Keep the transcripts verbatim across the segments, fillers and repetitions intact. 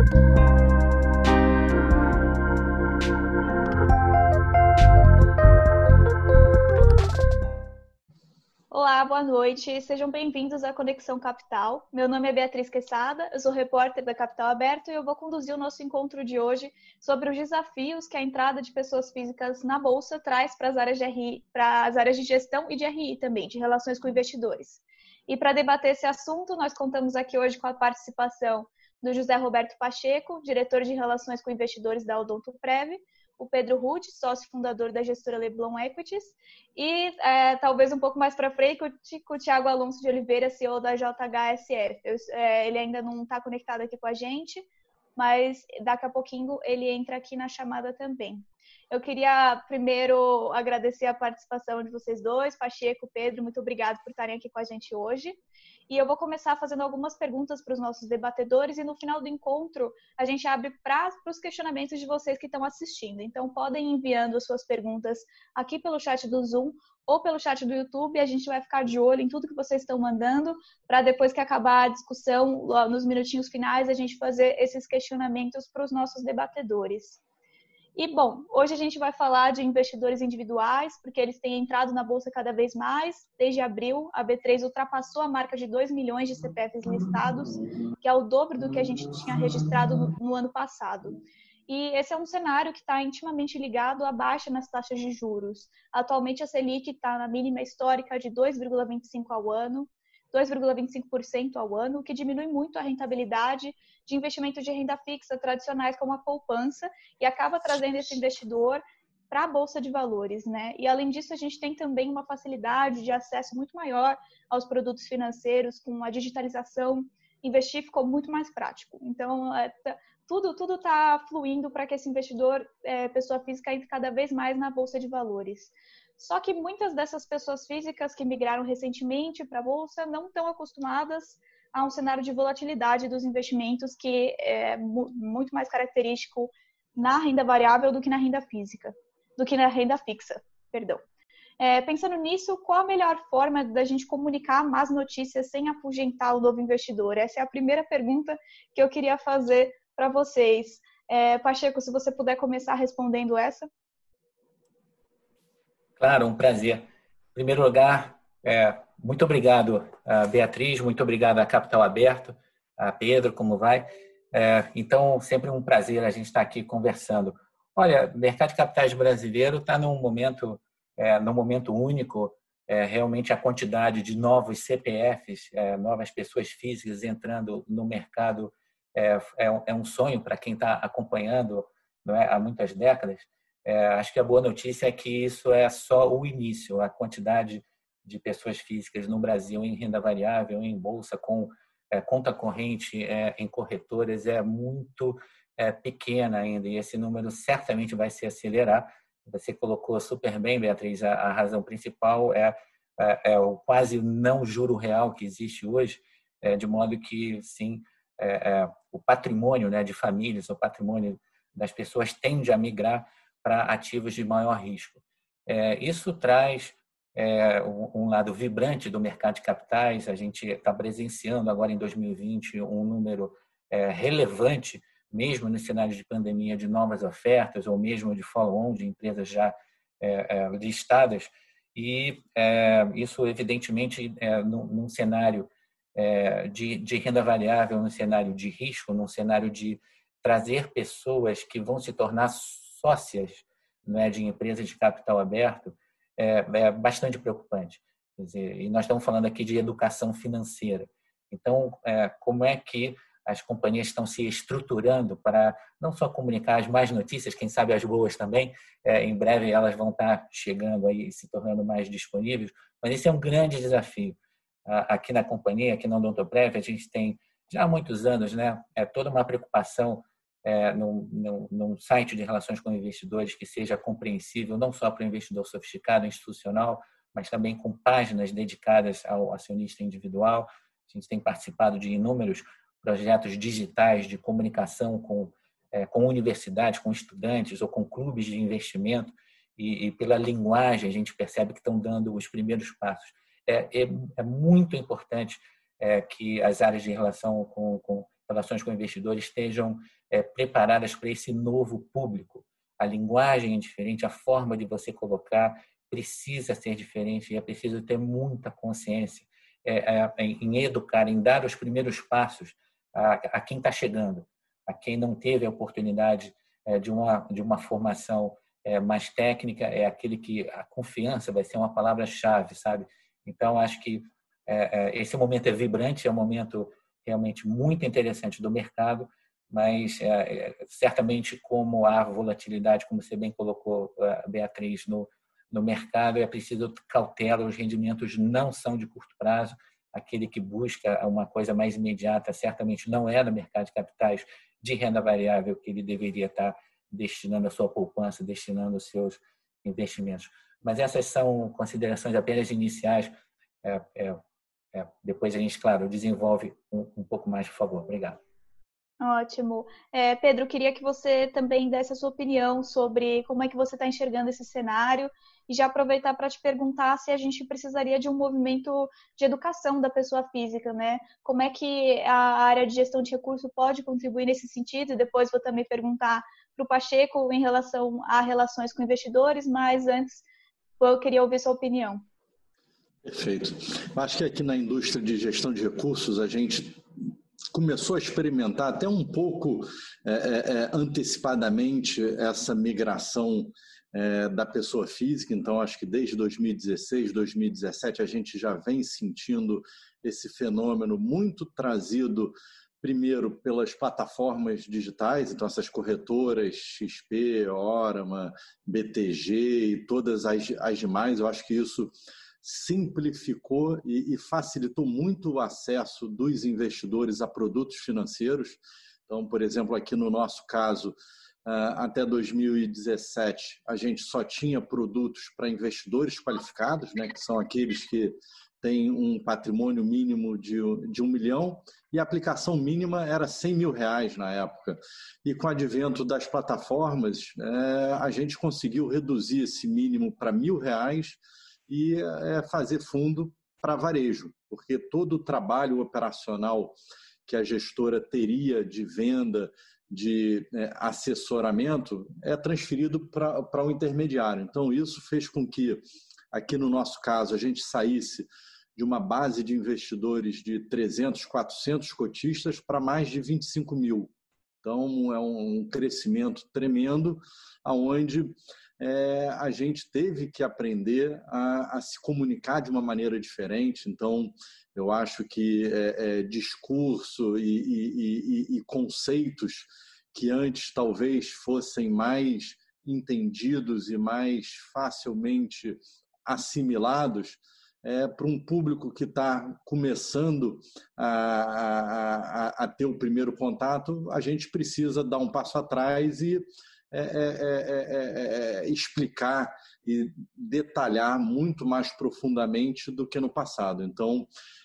Olá, boa noite. Sejam bem-vindos à Conexão Capital. Meu nome é Beatriz Quesada, eu sou repórter da Capital Aberto e eu vou conduzir o nosso encontro de hoje sobre os desafios que a entrada de pessoas físicas na Bolsa traz para as áreas de R I, para as áreas de gestão e de R I também, de relações com investidores. E para debater esse assunto, nós contamos aqui hoje com a participação do José Roberto Pacheco, diretor de Relações com Investidores da Odontoprev, o Pedro Ruth, sócio fundador da gestora Leblon Equities, e é, talvez um pouco mais para frente com o Thiago Alonso de Oliveira, C E O da J H S F. Eu, é, ele ainda não está conectado aqui com a gente, mas daqui a pouquinho ele entra aqui na chamada também. Eu queria primeiro agradecer a participação de vocês dois, Pacheco, Pedro, muito obrigado por estarem aqui com a gente hoje. E eu vou começar fazendo algumas perguntas para os nossos debatedores e no final do encontro a gente abre para os questionamentos de vocês que estão assistindo. Então podem ir enviando as suas perguntas aqui pelo chat do Zoom ou pelo chat do YouTube. A gente vai ficar de olho em tudo que vocês estão mandando para depois que acabar a discussão, nos minutinhos finais, a gente fazer esses questionamentos para os nossos debatedores. E, bom, hoje a gente vai falar de investidores individuais, porque eles têm entrado na Bolsa cada vez mais. Desde abril, a B três ultrapassou a marca de dois milhões de C P Fs listados, que é o dobro do que a gente tinha registrado no, no ano passado. E esse é um cenário que está intimamente ligado à baixa nas taxas de juros. Atualmente, a Selic está na mínima histórica de dois vírgula vinte e cinco por cento ao ano, dois vírgula vinte e cinco por cento ao ano, o que diminui muito a rentabilidade de investimentos de renda fixa tradicionais como a poupança e acaba trazendo esse investidor para a Bolsa de Valores, né? E além disso, a gente tem também uma facilidade de acesso muito maior aos produtos financeiros, com a digitalização, investir ficou muito mais prático. Então, é, tudo tudo está fluindo para que esse investidor, é, pessoa física, entre cada vez mais na Bolsa de Valores. Só que muitas dessas pessoas físicas que migraram recentemente para a Bolsa não estão acostumadas a um cenário de volatilidade dos investimentos que é muito mais característico na renda variável do que na renda física, do que na renda fixa, perdão. É, pensando nisso, qual a melhor forma da gente comunicar más notícias sem afugentar o novo investidor? Essa é a primeira pergunta que eu queria fazer para vocês. É, Pacheco, se você puder começar respondendo essa. Claro, um prazer. Em primeiro lugar, é, muito obrigado, a Beatriz, muito obrigado à Capital Aberto, a Pedro, como vai? É, então, sempre um prazer a gente estar aqui conversando. Olha, o mercado de capitais brasileiro está num momento, é, num momento único, é, realmente a quantidade de novos C P Fs, é, novas pessoas físicas entrando no mercado é, é, um, é um sonho para quem está acompanhando, não é, há muitas décadas. É, acho que a boa notícia é que isso é só o início. A quantidade de pessoas físicas no Brasil em renda variável, em bolsa, com é, conta corrente é, em corretoras é muito é, pequena ainda e esse número certamente vai se acelerar. Você colocou super bem, Beatriz, a, a razão principal é, é, é o quase não juro real que existe hoje, é, de modo que, sim, é, é, o patrimônio, né, de famílias, o patrimônio das pessoas tende a migrar para ativos de maior risco. É, isso traz é, um, um lado vibrante do mercado de capitais. A gente está presenciando agora em dois mil e vinte um número é, relevante, mesmo no cenário de pandemia, de novas ofertas ou mesmo de follow-on de empresas já é, é, listadas. E é, isso, evidentemente, é, num, num cenário é, de, de renda variável, num cenário de risco, num cenário de trazer pessoas que vão se tornar sócias, né, de empresas de capital aberto, é, é bastante preocupante. Quer dizer, e nós estamos falando aqui de educação financeira. Então, é, como é que as companhias estão se estruturando para não só comunicar as más notícias, quem sabe as boas também, é, em breve elas vão estar chegando aí, se tornando mais disponíveis, mas esse é um grande desafio. Aqui na companhia, aqui na Odontoprev, a gente tem já há muitos anos, né, é toda uma preocupação É, num, num, num site de relações com investidores que seja compreensível não só para o investidor sofisticado, institucional, mas também com páginas dedicadas ao acionista individual. A gente tem participado de inúmeros projetos digitais de comunicação com, é, com universidades, com estudantes ou com clubes de investimento e, e pela linguagem a gente percebe que estão dando os primeiros passos. É, é, é muito importante é, que as áreas de relação com, com relações com investidores estejam é, preparadas para esse novo público. A linguagem é diferente, a forma de você colocar precisa ser diferente e é preciso ter muita consciência é, é, em educar, em dar os primeiros passos a, a quem está chegando, a quem não teve a oportunidade é, de, uma, de uma formação é, mais técnica, é aquele que a confiança vai ser uma palavra-chave, sabe? Então, acho que é, é, esse momento é vibrante, é um momento realmente muito interessante do mercado, mas é, é, certamente como há volatilidade, como você bem colocou, Beatriz, no, no mercado, é preciso cautela, os rendimentos não são de curto prazo, aquele que busca uma coisa mais imediata certamente não é no mercado de capitais de renda variável que ele deveria estar destinando a sua poupança, destinando os seus investimentos. Mas essas são considerações apenas iniciais, é, é, é, depois a gente, claro, desenvolve um, um pouco mais, por favor. Obrigado. Ótimo. É, Pedro, queria que você também desse a sua opinião sobre como é que você está enxergando esse cenário e já aproveitar para te perguntar se a gente precisaria de um movimento de educação da pessoa física, né? Como é que a área de gestão de recurso pode contribuir nesse sentido? E depois vou também perguntar para o Pacheco em relação a relações com investidores, mas antes eu queria ouvir sua opinião. Perfeito. Acho que aqui na indústria de gestão de recursos a gente começou a experimentar até um pouco é, é, antecipadamente essa migração é, da pessoa física. Então, acho que desde dois mil e dezesseis, dois mil e dezessete, a gente já vem sentindo esse fenômeno muito trazido, primeiro, pelas plataformas digitais, então essas corretoras X P, Orama, B T G e todas as, as demais. Eu acho que isso simplificou e, e facilitou muito o acesso dos investidores a produtos financeiros. Então, por exemplo, aqui no nosso caso, até dois mil e dezessete, a gente só tinha produtos para investidores qualificados, né, que são aqueles que têm um patrimônio mínimo de, de um milhão, e a aplicação mínima era cem mil reais na época. E com o advento das plataformas, é, a gente conseguiu reduzir esse mínimo para mil reais e é, fazer fundo para varejo, porque todo o trabalho operacional que a gestora teria de venda, de é, assessoramento, é transferido para o um intermediário. Então, isso fez com que, aqui no nosso caso, a gente saísse de uma base de investidores de trezentos, quatrocentos cotistas para mais de vinte e cinco mil. Então, é um crescimento tremendo, onde é, a gente teve que aprender a, a se comunicar de uma maneira diferente. Então, eu acho que é, é, discurso e, e, e, e conceitos que antes talvez fossem mais entendidos e mais facilmente assimilados, é, para um público que está começando a, a, a, a ter o primeiro contato, a gente precisa dar um passo atrás e É, é, é, é, é, explicar e detalhar muito mais profundamente do que no passado. Então,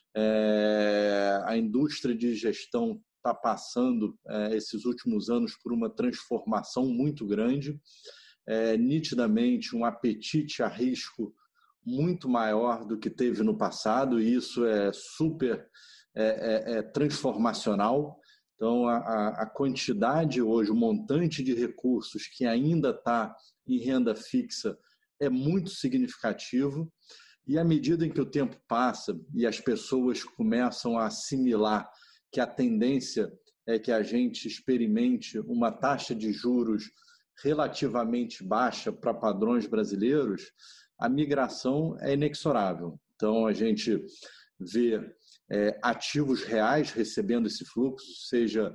é, a indústria de gestão está passando é, esses últimos anos por uma transformação muito grande, é, nitidamente um apetite a risco muito maior do que teve no passado, e isso é super é, é, é transformacional. Então, a, a quantidade hoje, o montante de recursos que ainda está em renda fixa é muito significativo, e à medida em que o tempo passa e as pessoas começam a assimilar que a tendência é que a gente experimente uma taxa de juros relativamente baixa para padrões brasileiros, a migração é inexorável. Então, a gente vê É, ativos reais recebendo esse fluxo, seja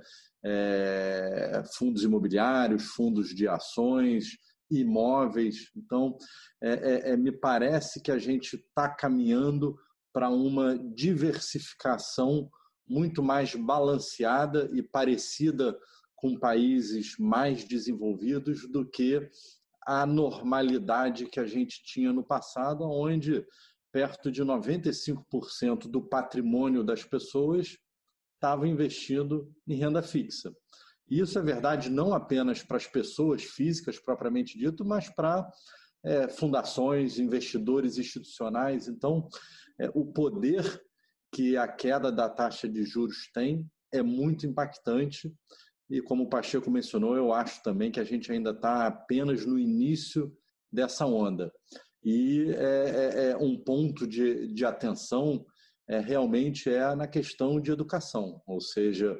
é, fundos imobiliários, fundos de ações, imóveis. Então, é, é, me parece que a gente está caminhando para uma diversificação muito mais balanceada e parecida com países mais desenvolvidos do que a normalidade que a gente tinha no passado, onde perto de noventa e cinco por cento do patrimônio das pessoas estava investido em renda fixa. E isso é verdade não apenas para as pessoas físicas propriamente dito, mas para é, fundações, investidores institucionais. Então, é, o poder que a queda da taxa de juros tem é muito impactante e, como o Pacheco mencionou, eu acho também que a gente ainda está apenas no início dessa onda. E é, é, é um ponto de, de atenção é, realmente é na questão de educação, ou seja,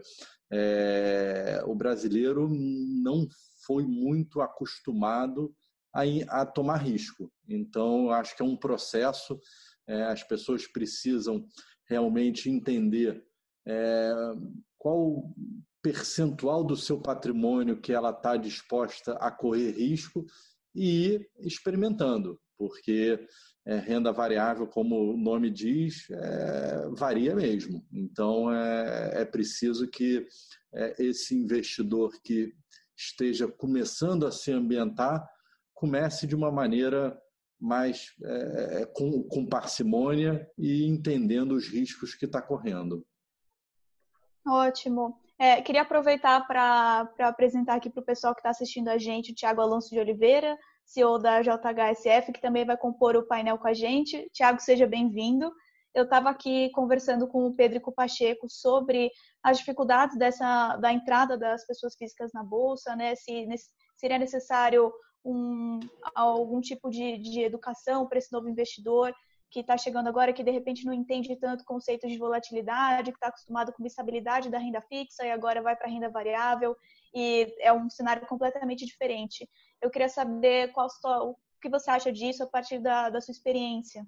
é, o brasileiro não foi muito acostumado a, a tomar risco. Então, eu acho que é um processo, é, as pessoas precisam realmente entender é, qual o percentual do seu patrimônio que ela está disposta a correr risco e ir experimentando, porque é, renda variável, como o nome diz, é, varia mesmo. Então, é, é preciso que é, esse investidor que esteja começando a se ambientar comece de uma maneira mais é, com, com parcimônia e entendendo os riscos que está correndo. Ótimo. É, queria aproveitar para apresentar aqui para o pessoal que está assistindo a gente o Thiago Alonso de Oliveira, C E O da J H S F, que também vai compor o painel com a gente. Thiago, seja bem-vindo. Eu estava aqui conversando com o Pedro e com o Pacheco sobre as dificuldades dessa, da entrada das pessoas físicas na Bolsa, né? Se, se seria necessário um, algum tipo de, de educação para esse novo investidor que está chegando agora, que de repente não entende tanto conceitos de volatilidade, que está acostumado com estabilidade da renda fixa e agora vai para a renda variável, e é um cenário completamente diferente. Eu queria saber qual o que você acha disso a partir da, da sua experiência.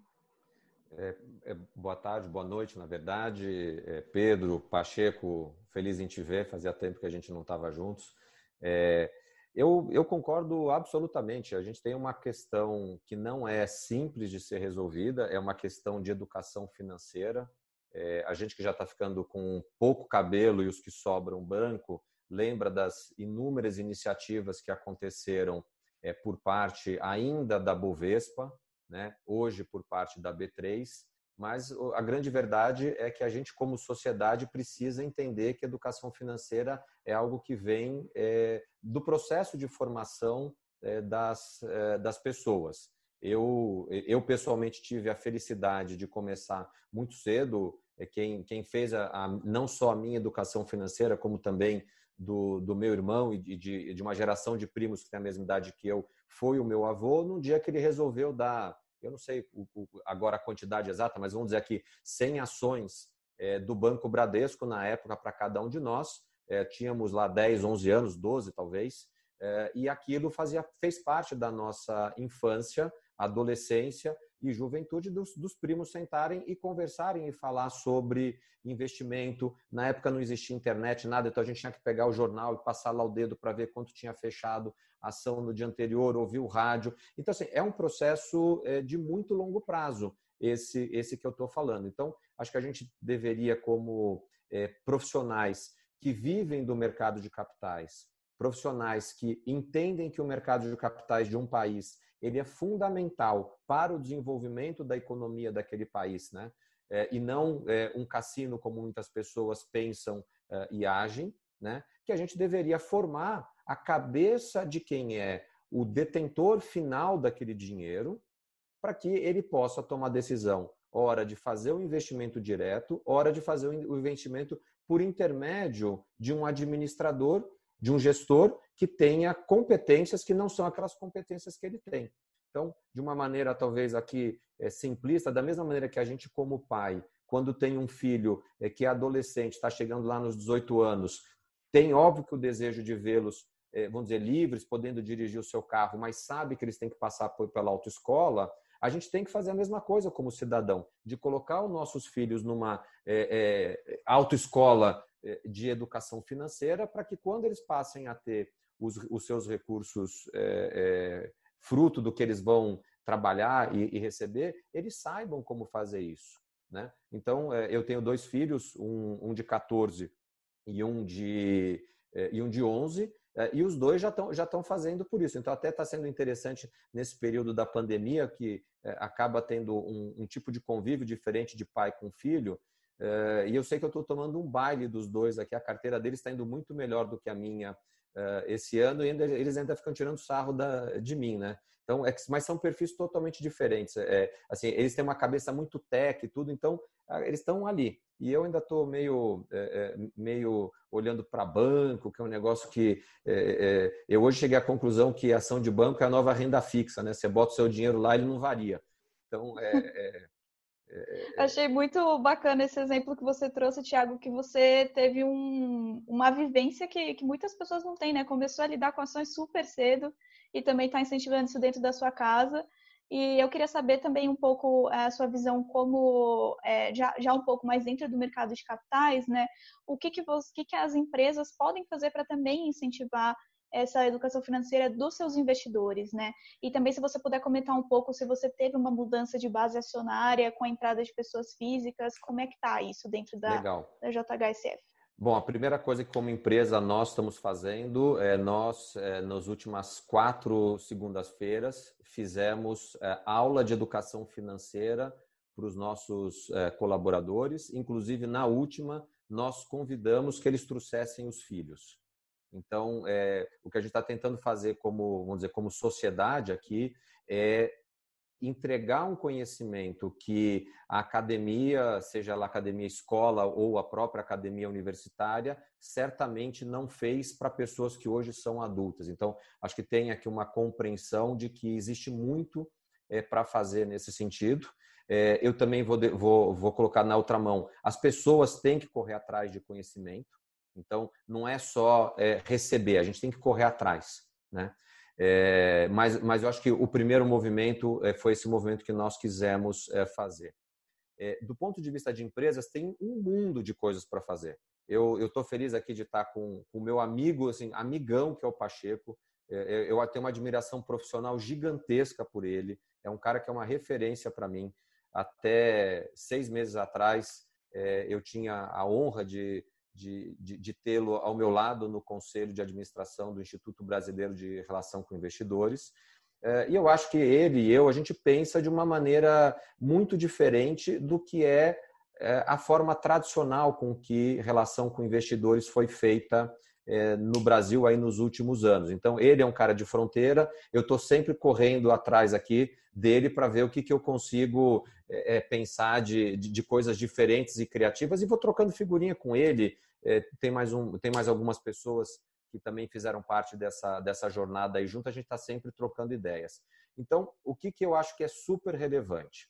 É, é, boa tarde, boa noite, na verdade. É, Pedro, Pacheco, feliz em te ver, fazia tempo que a gente não estava juntos. É, Eu, eu concordo absolutamente. A gente tem uma questão que não é simples de ser resolvida, é uma questão de educação financeira. É, a gente que já está ficando com pouco cabelo e os que sobram branco, lembra das inúmeras iniciativas que aconteceram é, por parte ainda da Bovespa, né? Hoje por parte da B três, mas a grande verdade é que a gente, como sociedade, precisa entender que educação financeira é algo que vem é, do processo de formação é, das, é, das pessoas. Eu, eu, pessoalmente, tive a felicidade de começar muito cedo. Quem, quem fez a, a, não só a minha educação financeira, como também do, do meu irmão e de, de uma geração de primos que tem a mesma idade que eu, foi o meu avô, no dia que ele resolveu dar... eu não sei agora a quantidade exata, mas vamos dizer aqui, cem ações é, do Banco Bradesco na época para cada um de nós. É, tínhamos lá dez, onze anos, doze talvez, é, e aquilo fazia, fez parte da nossa infância, adolescência e juventude dos, dos primos sentarem e conversarem e falar sobre investimento. Na época não existia internet, nada, então a gente tinha que pegar o jornal e passar lá o dedo para ver quanto tinha fechado a ação no dia anterior, ouvir o rádio. Então, assim, é um processo de muito longo prazo, esse, esse que eu estou falando. Então, acho que a gente deveria, como é, profissionais que vivem do mercado de capitais, profissionais que entendem que o mercado de capitais de um país ele é fundamental para o desenvolvimento da economia daquele país, né? É, e não é, um cassino como muitas pessoas pensam é, e agem, né? Que a gente deveria formar a cabeça de quem é o detentor final daquele dinheiro para que ele possa tomar decisão, hora de fazer o investimento direto, hora de fazer o investimento por intermédio de um administrador, de um gestor que tenha competências que não são aquelas competências que ele tem. Então, de uma maneira talvez aqui é, simplista, da mesma maneira que a gente como pai, quando tem um filho é, que é adolescente, está chegando lá nos dezoito anos, tem óbvio que o desejo de vê-los, é, vamos dizer, livres, podendo dirigir o seu carro, mas sabe que eles têm que passar por, pela autoescola, a gente tem que fazer a mesma coisa como cidadão, de colocar os nossos filhos numa é, é, autoescola de educação financeira para que quando eles passem a ter os, os seus recursos é, é, fruto do que eles vão trabalhar e, e receber, eles saibam como fazer isso, né? Então, é, eu tenho dois filhos, um, um de quatorze e um de, é, e um de onze, é, e os dois já estão já estão fazendo por isso. Então, até está sendo interessante nesse período da pandemia, que é, acaba tendo um, um tipo de convívio diferente de pai com filho. Uh, e eu sei que eu estou tomando um baile dos dois aqui, a carteira deles está indo muito melhor do que a minha uh, esse ano e ainda, eles ainda ficam tirando sarro da, de mim, né? Então, é, mas são perfis totalmente diferentes. É, assim, eles têm uma cabeça muito tech e tudo, então eles estão ali. E eu ainda estou meio, é, meio olhando para banco, que é um negócio que é, é, eu hoje cheguei à conclusão que a ação de banco é a nova renda fixa, né? Você bota o seu dinheiro lá, ele não varia. Então, é, é, é... Achei muito bacana esse exemplo que você trouxe, Thiago, que você teve um, uma vivência que, que muitas pessoas não têm, né? Começou a lidar com ações super cedo e também está incentivando isso dentro da sua casa. E eu queria saber também um pouco a sua visão como, é, já, já um pouco mais dentro do mercado de capitais, né? O que, que, você, o que, que as empresas podem fazer para também incentivar essa educação financeira dos seus investidores, né? E também se você puder comentar um pouco se você teve uma mudança de base acionária com a entrada de pessoas físicas, como é que está isso dentro da, da J H S F? Bom, a primeira coisa que como empresa nós estamos fazendo é nós, é, nas últimas quatro segundas-feiras, fizemos é, aula de educação financeira para os nossos é, colaboradores. Inclusive, na última, nós convidamos que eles trouxessem os filhos. Então, é, o que a gente está tentando fazer como, vamos dizer, como sociedade aqui é entregar um conhecimento que a academia, seja ela academia escola ou a própria academia universitária, certamente não fez para pessoas que hoje são adultas. Então, acho que tem aqui uma compreensão de que existe muito é, para fazer nesse sentido. É, eu também vou, vou, vou colocar na outra mão, as pessoas têm que correr atrás de conhecimento. Então, não é só é, receber, a gente tem que correr atrás, né? É, mas, mas eu acho que o primeiro movimento é, foi esse movimento que nós quisemos é, fazer. É, do ponto de vista de empresas, tem um mundo de coisas para fazer. Eu estou feliz aqui de estar com o meu amigo, assim, amigão, que é o Pacheco. É, eu tenho uma admiração profissional gigantesca por ele. É um cara que é uma referência para mim. Até seis meses atrás, é, eu tinha a honra de de, de, de tê-lo ao meu lado no Conselho de Administração do Instituto Brasileiro de Relação com Investidores. E eu acho que ele e eu, a gente pensa de uma maneira muito diferente do que é a forma tradicional com que relação com investidores foi feita no Brasil aí nos últimos anos. Então, ele é um cara de fronteira, eu estou sempre correndo atrás aqui dele para ver o que, que eu consigo é, pensar de, de, de coisas diferentes e criativas e vou trocando figurinha com ele. É, tem, mais um, tem mais algumas pessoas que também fizeram parte dessa, dessa jornada aí junto, a gente está sempre trocando ideias. Então, o que, que eu acho que é super relevante?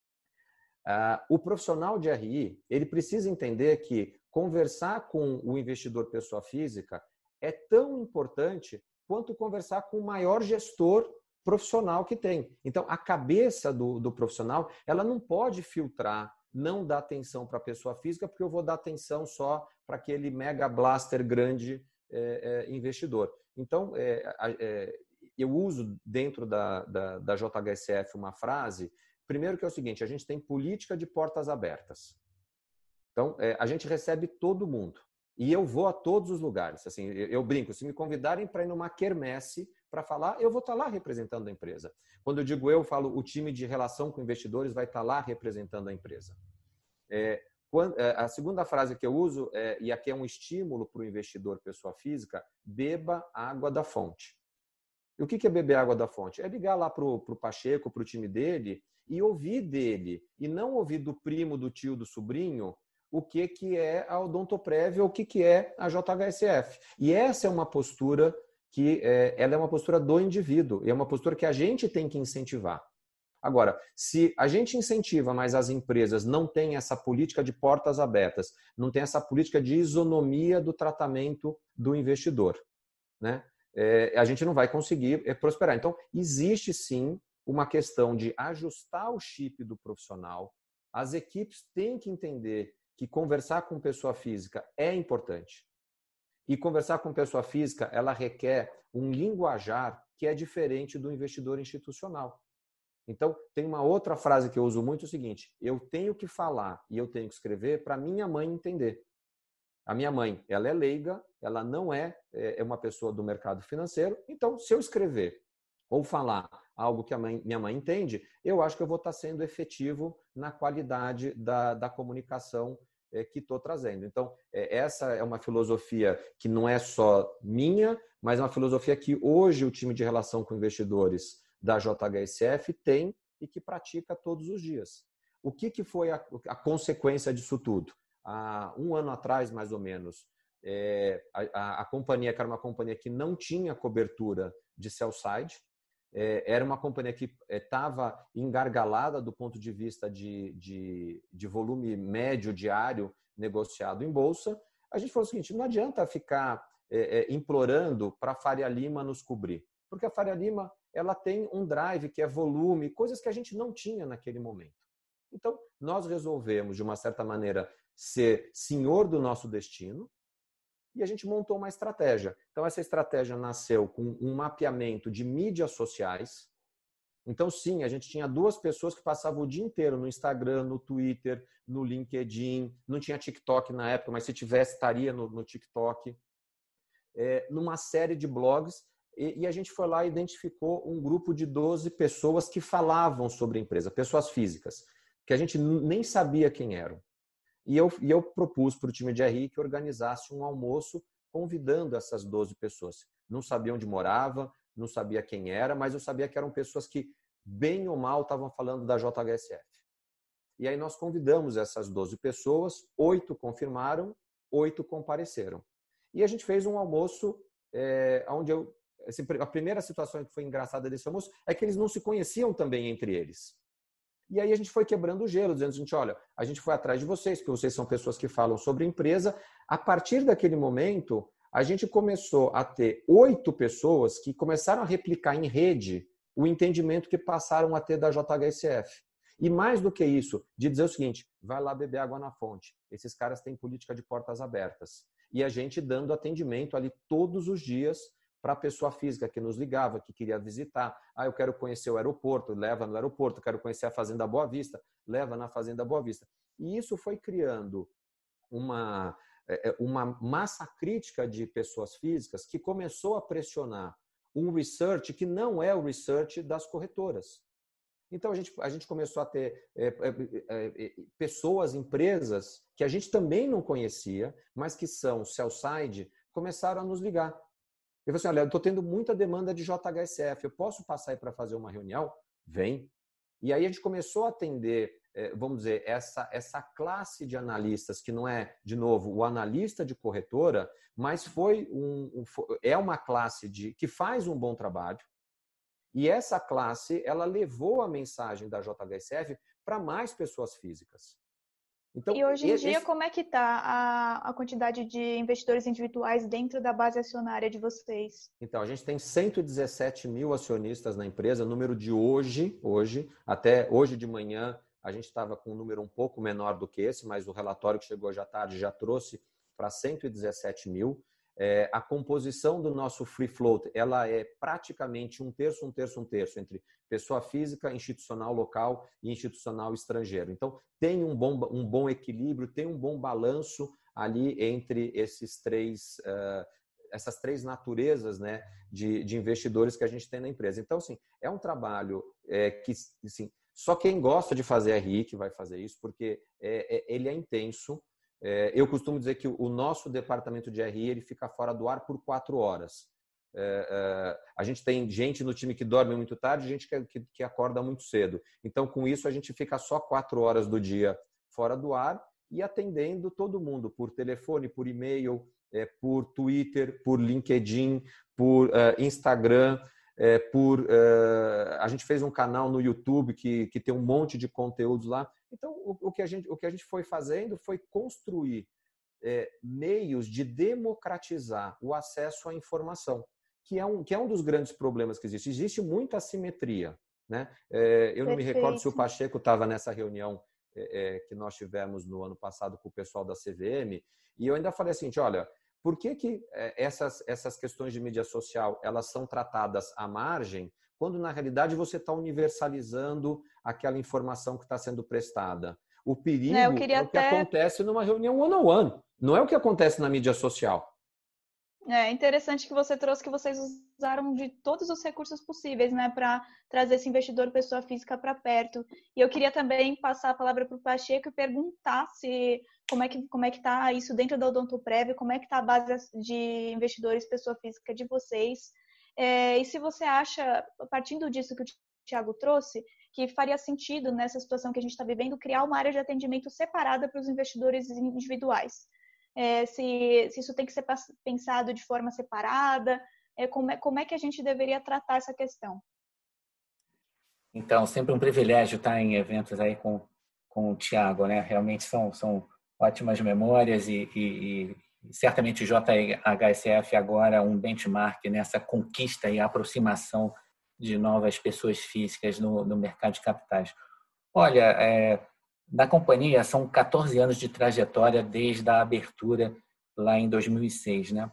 Uh, o profissional de R I, ele precisa entender que conversar com o investidor pessoa física é tão importante quanto conversar com o maior gestor profissional que tem. Então, a cabeça do, do profissional, ela não pode filtrar, não dar atenção para a pessoa física, porque eu vou dar atenção só para aquele mega blaster grande é, é, investidor. Então, é, é, eu uso dentro da, da, da J H S F uma frase, primeiro que é o seguinte, a gente tem política de portas abertas. Então, é, a gente recebe todo mundo. E eu vou a todos os lugares. Assim, eu, eu brinco, se me convidarem para ir numa quermesse para falar, eu vou estar lá representando a empresa. Quando eu digo eu, eu falo o time de relação com investidores vai estar lá representando a empresa. É, quando, é, a segunda frase que eu uso, é, e aqui é um estímulo para o investidor pessoa física, beba água da fonte. E o que é beber água da fonte? É ligar lá para o Pacheco, para o time dele, e ouvir dele, e não ouvir do primo, do tio, do sobrinho, o que, que é a Odontoprev ou o que, que é a J H S F. E essa é uma postura que é, ela é uma postura do indivíduo, e é uma postura que a gente tem que incentivar. Agora, se a gente incentiva, mas as empresas não têm essa política de portas abertas, não tem essa política de isonomia do tratamento do investidor, né? É, a gente não vai conseguir é, prosperar. Então, existe sim uma questão de ajustar o chip do profissional. As equipes têm que entender que conversar com pessoa física é importante. E conversar com pessoa física, ela requer um linguajar que é diferente do investidor institucional. Então, tem uma outra frase que eu uso muito, é o seguinte, eu tenho que falar e eu tenho que escrever para minha mãe entender. A minha mãe, ela é leiga, ela não é, é uma pessoa do mercado financeiro, então, se eu escrever ou falar algo que a mãe, minha mãe entende, eu acho que eu vou estar sendo efetivo na qualidade da, da comunicação é, que estou trazendo. Então, é, essa é uma filosofia que não é só minha, mas é uma filosofia que hoje o time de relação com investidores da J H S F tem e que pratica todos os dias. O que, que foi a, a consequência disso tudo? Há um ano atrás, mais ou menos, é, a, a companhia, que era uma companhia que não tinha cobertura de sell-side, é, era uma companhia que estava engargalada do ponto de vista de, de, de volume médio diário negociado em bolsa. A gente falou o seguinte, não adianta ficar é, é, implorando para a Faria Lima nos cobrir, porque a Faria Lima ela tem um drive que é volume, coisas que a gente não tinha naquele momento. Então, nós resolvemos, de uma certa maneira, ser senhor do nosso destino e a gente montou uma estratégia. Então, essa estratégia nasceu com um mapeamento de mídias sociais. Então, sim, a gente tinha duas pessoas que passavam o dia inteiro no Instagram, no Twitter, no LinkedIn. Não tinha TikTok na época, mas se tivesse, estaria no, no TikTok. É, numa série de blogs. E, e a gente foi lá e identificou um grupo de doze pessoas que falavam sobre a empresa, pessoas físicas, que a gente nem sabia quem eram. E eu, e eu propus para o time de R I que organizasse um almoço convidando essas doze pessoas. Não sabia onde morava, não sabia quem era, mas eu sabia que eram pessoas que, bem ou mal, estavam falando da J H S F. E aí nós convidamos essas doze pessoas, oito confirmaram, oito compareceram. E a gente fez um almoço é, onde eu... A primeira situação que foi engraçada desse almoço é que eles não se conheciam também entre eles. E aí a gente foi quebrando o gelo, dizendo a gente, olha, a gente foi atrás de vocês, porque vocês são pessoas que falam sobre a empresa. A partir daquele momento, a gente começou a ter oito pessoas que começaram a replicar em rede o entendimento que passaram a ter da J H S F. E mais do que isso, de dizer o seguinte, vai lá beber água na fonte. Esses caras têm política de portas abertas. E a gente dando atendimento ali todos os dias para a pessoa física que nos ligava, que queria visitar. Ah, eu quero conhecer o aeroporto, leva no aeroporto. Quero conhecer a Fazenda Boa Vista, leva na Fazenda Boa Vista. E isso foi criando uma, uma massa crítica de pessoas físicas que começou a pressionar um research que não é o research das corretoras. Então, a gente, a gente começou a ter é, é, é, pessoas, empresas que a gente também não conhecia, mas que são sell-side, começaram a nos ligar. Eu falei assim, olha, eu estou tendo muita demanda de J H S F, eu posso passar aí para fazer uma reunião? Vem. E aí a gente começou a atender, vamos dizer, essa, essa classe de analistas, que não é, de novo, o analista de corretora, mas foi um, um, é uma classe de, que faz um bom trabalho. E essa classe, ela levou a mensagem da J H S F para mais pessoas físicas. Então, e hoje em esse... dia, como é que está a, a quantidade de investidores individuais dentro da base acionária de vocês? Então, a gente tem cento e dezessete mil acionistas na empresa, número de hoje, hoje, até hoje de manhã, a gente estava com um número um pouco menor do que esse, mas o relatório que chegou hoje à tarde já trouxe para cento e dezessete mil. É, a composição do nosso free float, ela é praticamente um terço, um terço, um terço, entre pessoa física, institucional local e institucional estrangeiro. Então, tem um bom, um bom equilíbrio, tem um bom balanço ali entre esses três, uh, essas três naturezas, né, de, de investidores que a gente tem na empresa. Então, assim, é um trabalho é, que, assim, só quem gosta de fazer R I que vai fazer isso, porque é, é, ele é intenso. Eu costumo dizer que o nosso departamento de R I ele fica fora do ar por quatro horas. É, é, a gente tem gente no time que dorme muito tarde, gente que, que, que acorda muito cedo. Então, com isso, a gente fica só quatro horas do dia fora do ar e atendendo todo mundo por telefone, por e-mail, é, por Twitter, por LinkedIn, por uh, Instagram, é, por uh, a gente fez um canal no YouTube que, que tem um monte de conteúdos lá. Então, o, o, que a gente, o que a gente foi fazendo foi construir é, meios de democratizar o acesso à informação, que é, um, que é um dos grandes problemas que existe. Existe muita assimetria, né? É, eu não Perfeito. me recordo se o Pacheco estava nessa reunião é, é, que nós tivemos no ano passado com o pessoal da C V M, e eu ainda falei assim, olha, por que, que essas, essas questões de mídia social elas são tratadas à margem, quando na realidade você está universalizando aquela informação que está sendo prestada? O perigo é, é o que até... acontece numa reunião one-on-one, não é o que acontece na mídia social. É interessante que você trouxe que vocês usaram de todos os recursos possíveis, né, para trazer esse investidor pessoa física para perto. E eu queria também passar a palavra para o Pacheco e perguntar se como é que como é que está isso dentro da Odontoprev, como é que está a base de investidores pessoa física de vocês. É, e se você acha, partindo disso que o Thiago trouxe, que faria sentido nessa situação que a gente está vivendo criar uma área de atendimento separada para os investidores individuais. É, se, se isso tem que ser pensado de forma separada, é, como, é, como é que a gente deveria tratar essa questão? Então, sempre um privilégio estar em eventos aí com, com o Thiago, né? Realmente são, são ótimas memórias e, e, e certamente o J H S F agora é um benchmark nessa conquista e aproximação de novas pessoas físicas no, no mercado de capitais. Olha, é, na companhia são quatorze anos de trajetória desde a abertura lá em dois mil e seis, né?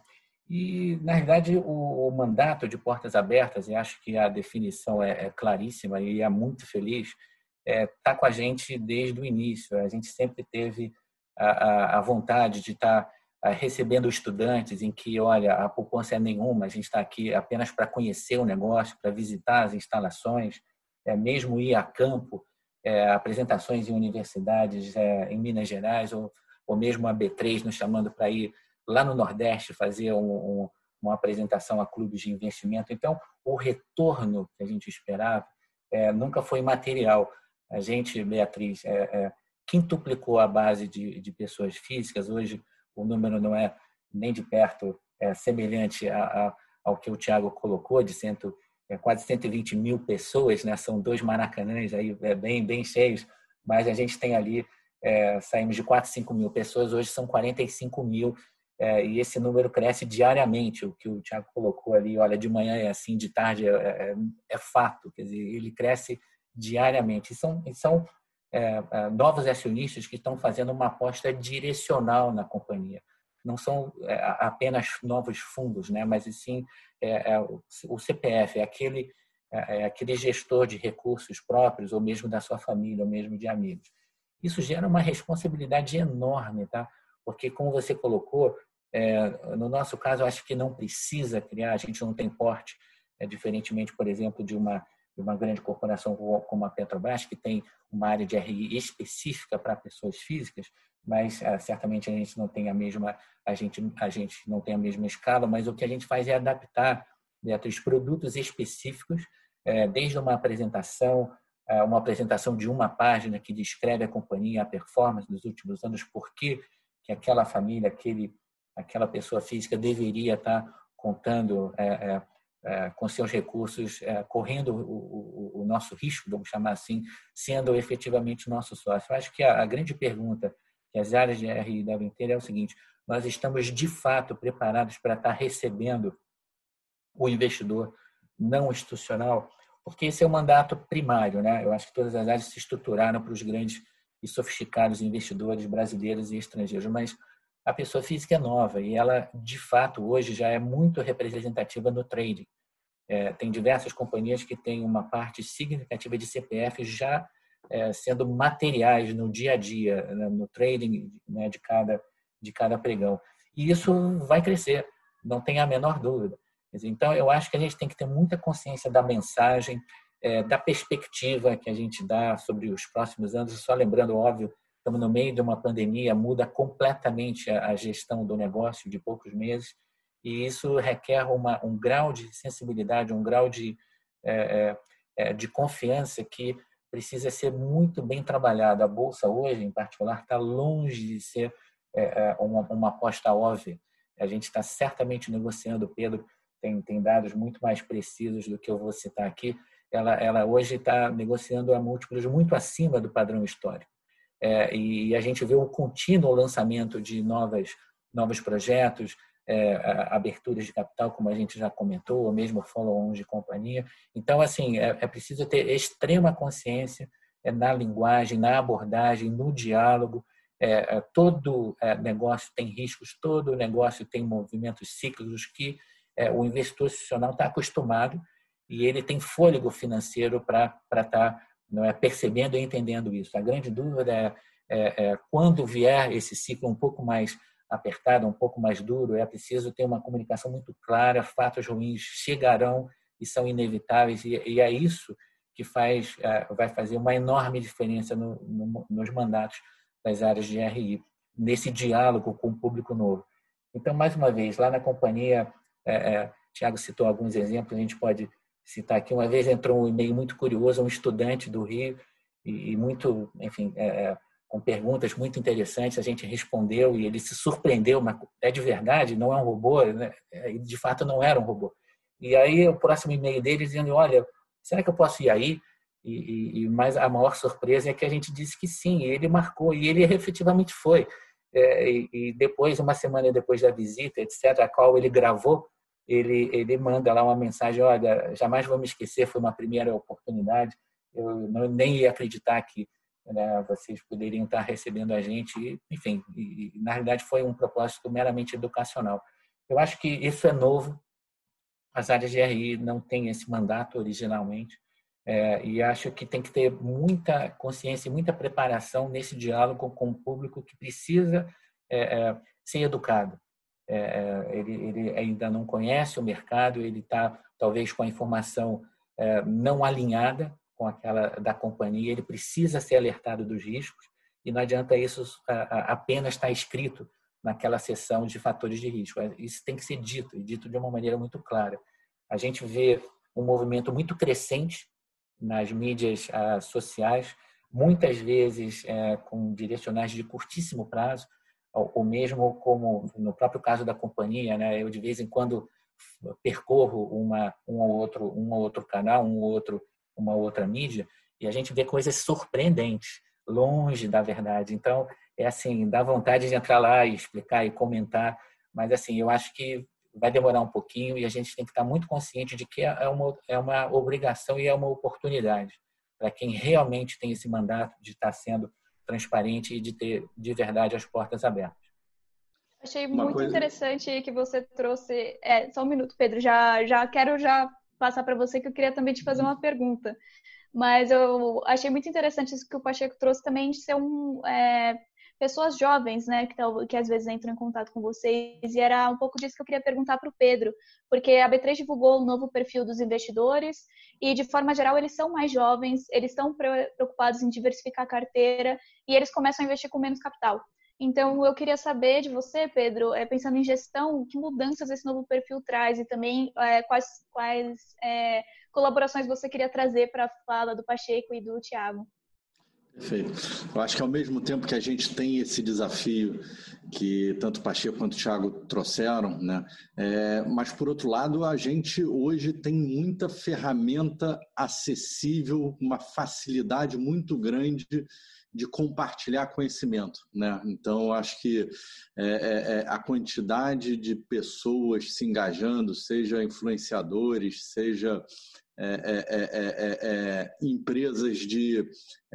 E, na verdade, o, o mandato de portas abertas, e acho que a definição é, é claríssima e é muito feliz, está é, tá com a gente desde o início. A gente sempre teve a, a, a vontade de estar tá recebendo estudantes em que, olha, a poupança é nenhuma, a gente está aqui apenas para conhecer o negócio, para visitar as instalações, é, mesmo ir a campo, é, apresentações em universidades é, em Minas Gerais, ou, ou mesmo a B três nos chamando para ir lá no Nordeste fazer um, um, uma apresentação a clubes de investimento. Então, o retorno que a gente esperava é, nunca foi material. A gente, Beatriz, é, é, quintuplicou a base de, de pessoas físicas. Hoje, o número não é nem de perto é, semelhante a, a, ao que o Thiago colocou, de cento, é, quase cento e vinte mil pessoas, né? São dois maracanãs aí, é, bem, bem cheios, mas a gente tem ali, é, saímos de quatro, cinco mil pessoas, hoje são quarenta e cinco mil. É, e esse número cresce diariamente, o que o Thiago colocou ali, olha, de manhã é assim, de tarde é, é, é fato, quer dizer, ele cresce diariamente. E são, e são é, é, novos acionistas que estão fazendo uma aposta direcional na companhia. Não são é, apenas novos fundos, né? Mas sim é, é, o C P F, é aquele, é, é aquele gestor de recursos próprios, ou mesmo da sua família, ou mesmo de amigos. Isso gera uma responsabilidade enorme, tá? Porque, como você colocou, é, no nosso caso, eu acho que não precisa criar, a gente não tem porte, é, diferentemente, por exemplo, de uma, de uma grande corporação como a Petrobras, que tem uma área de R I específica para pessoas físicas, mas é, certamente a gente não tem a mesma, a gente, a gente não tem a mesma escala, mas o que a gente faz é adaptar, Beatriz, produtos específicos, é, desde uma apresentação, é, uma apresentação de uma página que descreve a companhia, a performance dos últimos anos, por que que aquela família, aquele, aquela pessoa física deveria estar contando é, é, é, com seus recursos, é, correndo o, o, o nosso risco, vamos chamar assim, sendo efetivamente nosso sócio. Eu acho que a, a grande pergunta que as áreas de R I devem ter é o seguinte: nós estamos de fato preparados para estar recebendo o investidor não institucional? Porque esse é o mandato primário, né? Eu acho que todas as áreas se estruturaram para os grandes e sofisticados investidores brasileiros e estrangeiros, mas a pessoa física é nova e ela, de fato, hoje já é muito representativa no trading. É, tem diversas companhias que têm uma parte significativa de C P F já é, sendo materiais no dia a dia, né, no trading, né, de cada, de cada pregão. E isso vai crescer, não tem a menor dúvida. Então, eu acho que a gente tem que ter muita consciência da mensagem, é, da perspectiva que a gente dá sobre os próximos anos. Só lembrando, óbvio, estamos no meio de uma pandemia, muda completamente a gestão do negócio de poucos meses, e isso requer uma, um grau de sensibilidade, um grau de, é, é, de confiança que precisa ser muito bem trabalhado. A Bolsa hoje, em particular, está longe de ser é, uma, uma aposta óbvia. A gente está certamente negociando, Pedro tem, tem dados muito mais precisos do que eu vou citar aqui. Ela, ela hoje está negociando a múltiplos muito acima do padrão histórico. É, e a gente vê o contínuo lançamento de novas, novos projetos, é, aberturas de capital, como a gente já comentou, ou mesmo follow-ons de companhia. Então, assim, é, é preciso ter extrema consciência é, na linguagem, na abordagem, no diálogo. É, é, todo é, negócio tem riscos, todo negócio tem movimentos cíclicos que é, o investidor institucional está acostumado e ele tem fôlego financeiro para estar tá, não é, percebendo e entendendo isso. A grande dúvida é, é, é quando vier esse ciclo um pouco mais apertado, um pouco mais duro, é preciso ter uma comunicação muito clara, fatos ruins chegarão e são inevitáveis, e é isso que faz, vai fazer uma enorme diferença no, no, nos mandatos das áreas de R I, nesse diálogo com o público novo. Então, mais uma vez, lá na companhia, é, é, Tiago citou alguns exemplos, a gente pode citar aqui. Uma vez entrou um e-mail muito curioso, um estudante do Rio, e, e muito, enfim, é, com perguntas muito interessantes, a gente respondeu e ele se surpreendeu, mas é de verdade, não é um robô, né? De fato não era um robô. E aí o próximo e-mail dele dizendo, olha, será que eu posso ir aí? E, e, mas a maior surpresa é que a gente disse que sim, e ele marcou, e ele efetivamente foi. É, e, e depois, uma semana depois da visita, etcétera, a qual ele gravou, ele, ele manda lá uma mensagem, olha, jamais vou me esquecer, foi uma primeira oportunidade, eu não, nem ia acreditar que, né, vocês poderiam estar recebendo a gente, e, enfim, e, na realidade foi um propósito meramente educacional. Eu acho que isso é novo, as áreas de R I não têm esse mandato originalmente, é, e acho que tem que ter muita consciência e muita preparação nesse diálogo com o público que precisa é, é, ser educado. É, ele, ele ainda não conhece o mercado, ele está talvez com a informação é, não alinhada com aquela da companhia, ele precisa ser alertado dos riscos e não adianta isso apenas estar escrito naquela seção de fatores de risco. Isso tem que ser dito, e dito de uma maneira muito clara. A gente vê um movimento muito crescente nas mídias ah, sociais, muitas vezes é, com direcionais de curtíssimo prazo, ou, ou mesmo como no próprio caso da companhia, né? Eu de vez em quando percorro uma, um ou outro, um ou outro canal, um ou outro, uma outra mídia, e a gente vê coisas surpreendentes, longe da verdade. Então, é assim, dá vontade de entrar lá e explicar e comentar, mas assim, eu acho que vai demorar um pouquinho e a gente tem que estar muito consciente de que é uma, é uma obrigação e é uma oportunidade para quem realmente tem esse mandato de estar sendo transparente e de ter de verdade as portas abertas. Achei Uma muito coisa... interessante que você trouxe. É, só um minuto, Pedro. Já, já quero já passar para você que eu queria também te fazer uma pergunta. Mas eu achei muito interessante isso que o Pacheco trouxe também de ser um é, pessoas jovens, né, que, que às vezes entram em contato com vocês. E era um pouco disso que eu queria perguntar para o Pedro, porque a B três divulgou o novo perfil dos investidores e, de forma geral, eles são mais jovens, eles estão preocupados em diversificar a carteira e eles começam a investir com menos capital. Então, eu queria saber de você, Pedro, pensando em gestão, que mudanças esse novo perfil traz e também é, quais, quais é, colaborações você queria trazer para a fala do Pacheco e do Tiago. Perfeito. Eu acho que ao mesmo tempo que a gente tem esse desafio que tanto o Pacheco quanto o Tiago trouxeram, né? É, mas, por outro lado, a gente hoje tem muita ferramenta acessível, uma facilidade muito grande de compartilhar conhecimento, né? Então, eu acho que é, é, a quantidade de pessoas se engajando, seja influenciadores, seja é, é, é, é, empresas de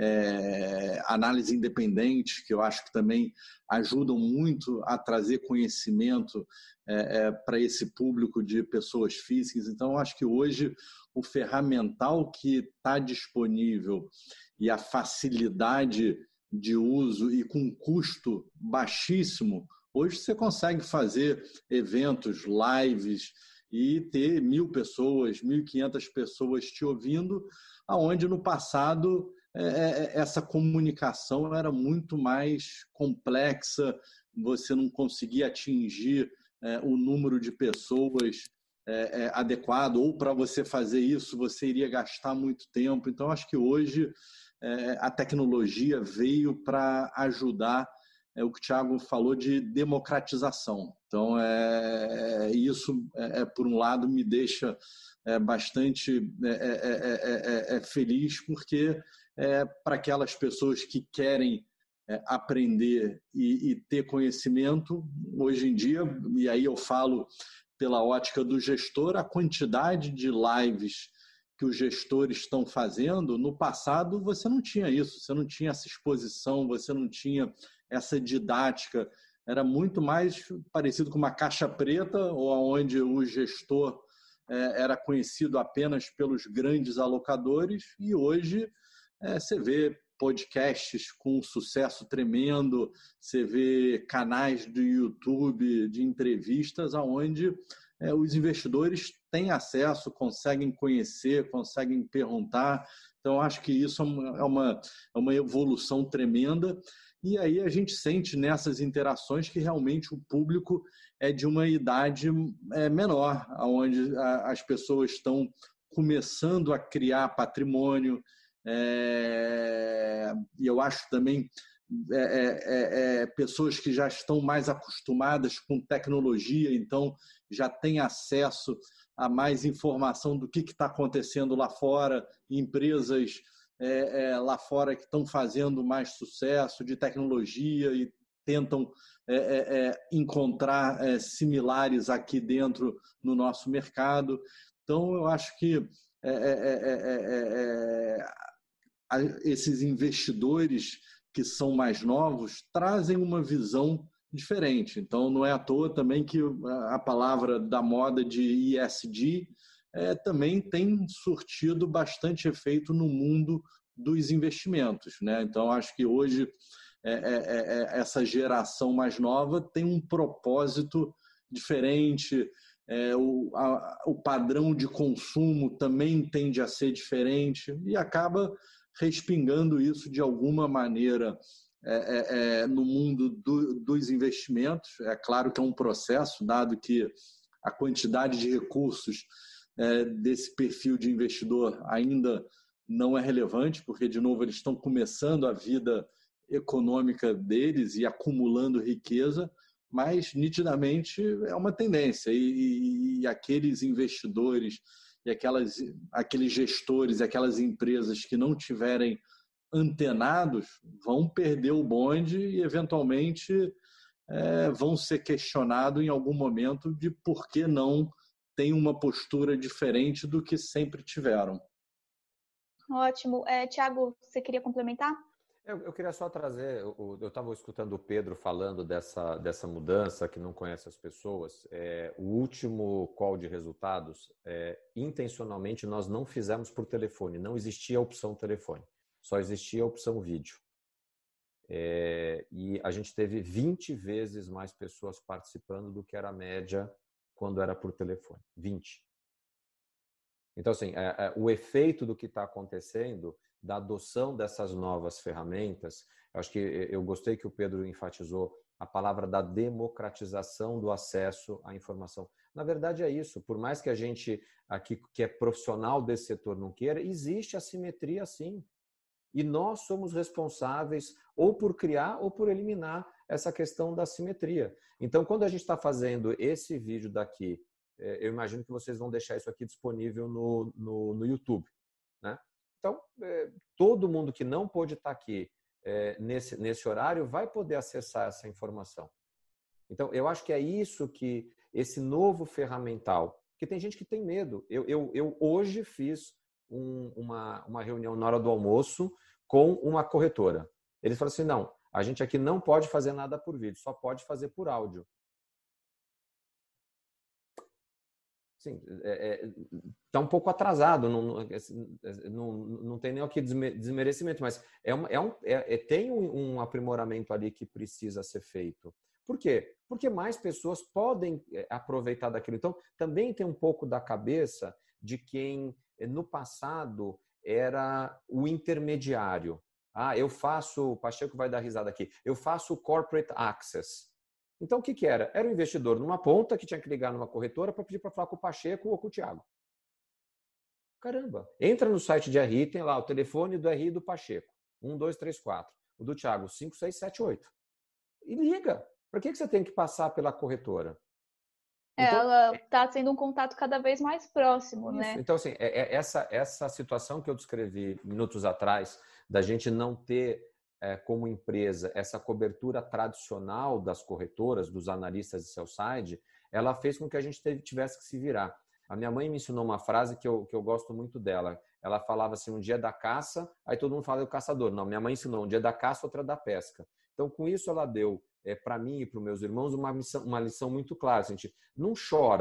é, análise independente, que eu acho que também ajudam muito a trazer conhecimento é, é, para esse público de pessoas físicas. Então, eu acho que hoje o ferramental que está disponível e a facilidade de uso e com custo baixíssimo, hoje você consegue fazer eventos, lives e ter mil pessoas, mil e quinhentas pessoas te ouvindo, aonde no passado é, essa comunicação era muito mais complexa, você não conseguia atingir é, o número de pessoas é, é, adequado, ou para você fazer isso você iria gastar muito tempo. Então, acho que hoje é, a tecnologia veio para ajudar é, o que o Tiago falou de democratização. Então, é, isso, é, por um lado, me deixa é, bastante é, é, é, é, feliz, porque é, para aquelas pessoas que querem é, aprender e, e ter conhecimento, hoje em dia, e aí eu falo pela ótica do gestor, a quantidade de lives que os gestores estão fazendo, no passado você não tinha isso, você não tinha essa exposição, você não tinha essa didática, era muito mais parecido com uma caixa preta, ou onde o gestor é, era conhecido apenas pelos grandes alocadores, e hoje é, você vê podcasts com um sucesso tremendo, você vê canais do YouTube de entrevistas onde é, os investidores têm acesso, conseguem conhecer, conseguem perguntar. Então, acho que isso é uma, é uma, é uma evolução tremenda. E aí a gente sente nessas interações que realmente o público é de uma idade é, menor, onde a, as pessoas estão começando a criar patrimônio. É, e eu acho também é, é, é, pessoas que já estão mais acostumadas com tecnologia, então já têm acesso a mais informação do que está acontecendo lá fora, empresas é, é, lá fora que estão fazendo mais sucesso de tecnologia e tentam é, é, encontrar é, similares aqui dentro no nosso mercado. Então, eu acho que é, é, é, é, é, esses investidores que são mais novos trazem uma visão diferente. Então, não é à toa também que a palavra da moda de E S G é, também tem surtido bastante efeito no mundo dos investimentos, né? Então, acho que hoje é, é, é, essa geração mais nova tem um propósito diferente, é, o, a, o padrão de consumo também tende a ser diferente e acaba respingando isso de alguma maneira É, é, é, no mundo do, dos investimentos. É claro que é um processo, dado que a quantidade de recursos é, desse perfil de investidor ainda não é relevante, porque, de novo, eles estão começando a vida econômica deles e acumulando riqueza, mas, nitidamente, é uma tendência. E, e, e aqueles investidores e aquelas, aqueles gestores e aquelas empresas que não tiverem antenados vão perder o bonde e, eventualmente, é, vão ser questionados em algum momento de por que não tem uma postura diferente do que sempre tiveram. Ótimo. É, Thiago, você queria complementar? Eu, eu queria só trazer, eu estava escutando o Pedro falando dessa, dessa mudança, que não conhece as pessoas. É, o último call de resultados, é, intencionalmente, nós não fizemos por telefone, não existia a opção telefone. Só existia a opção vídeo. É, e a gente teve vinte vezes mais pessoas participando do que era a média quando era por telefone. vinte. Então, assim, é, é, o efeito do que está acontecendo, da adoção dessas novas ferramentas, eu acho que eu gostei que o Pedro enfatizou a palavra da democratização do acesso à informação. Na verdade, é isso. Por mais que a gente aqui, que é profissional desse setor, não queira, existe assimetria, sim. E nós somos responsáveis ou por criar ou por eliminar essa questão da simetria. Então, quando a gente está fazendo esse vídeo daqui, eu imagino que vocês vão deixar isso aqui disponível no, no, no YouTube, né? Então, todo mundo que não pôde estar aqui nesse, nesse horário vai poder acessar essa informação. Então, eu acho que é isso que esse novo ferramental, que tem gente que tem medo. Eu, eu, eu hoje fiz Um, uma, uma reunião na hora do almoço com uma corretora. Eles falaram assim, não, a gente aqui não pode fazer nada por vídeo, só pode fazer por áudio. Sim, é, é, tá um pouco atrasado, não, não, não tem nem o que desmerecimento, mas é uma, é um, é, é, tem um, um aprimoramento ali que precisa ser feito. Por quê? Porque mais pessoas podem aproveitar daquilo. Então, também tem um pouco da cabeça de quem no passado era o intermediário. Ah, eu faço, o Pacheco vai dar risada aqui, eu faço o corporate access. Então, o que que era? Era o investidor numa ponta que tinha que ligar numa corretora para pedir para falar com o Pacheco ou com o Thiago. Caramba! Entra no site de R I, tem lá o telefone do R I do Pacheco, um, dois, três, quatro. O do Thiago, cinco, seis, sete, oito. E liga. Para que que você tem que passar pela corretora? Então, ela está sendo um contato cada vez mais próximo, isso. né? Então, assim, é, é essa, essa situação que eu descrevi minutos atrás, da gente não ter, é, como empresa, essa cobertura tradicional das corretoras, dos analistas de sell-side, ela fez com que a gente teve, tivesse que se virar. A minha mãe me ensinou uma frase que eu, que eu gosto muito dela. Ela falava assim, um dia da caça, aí todo mundo fala do caçador. Não, minha mãe ensinou, um dia da caça, outra da pesca. Então, com isso, ela deu, é, para mim e para os meus irmãos, uma, missão, uma lição muito clara. A gente não chora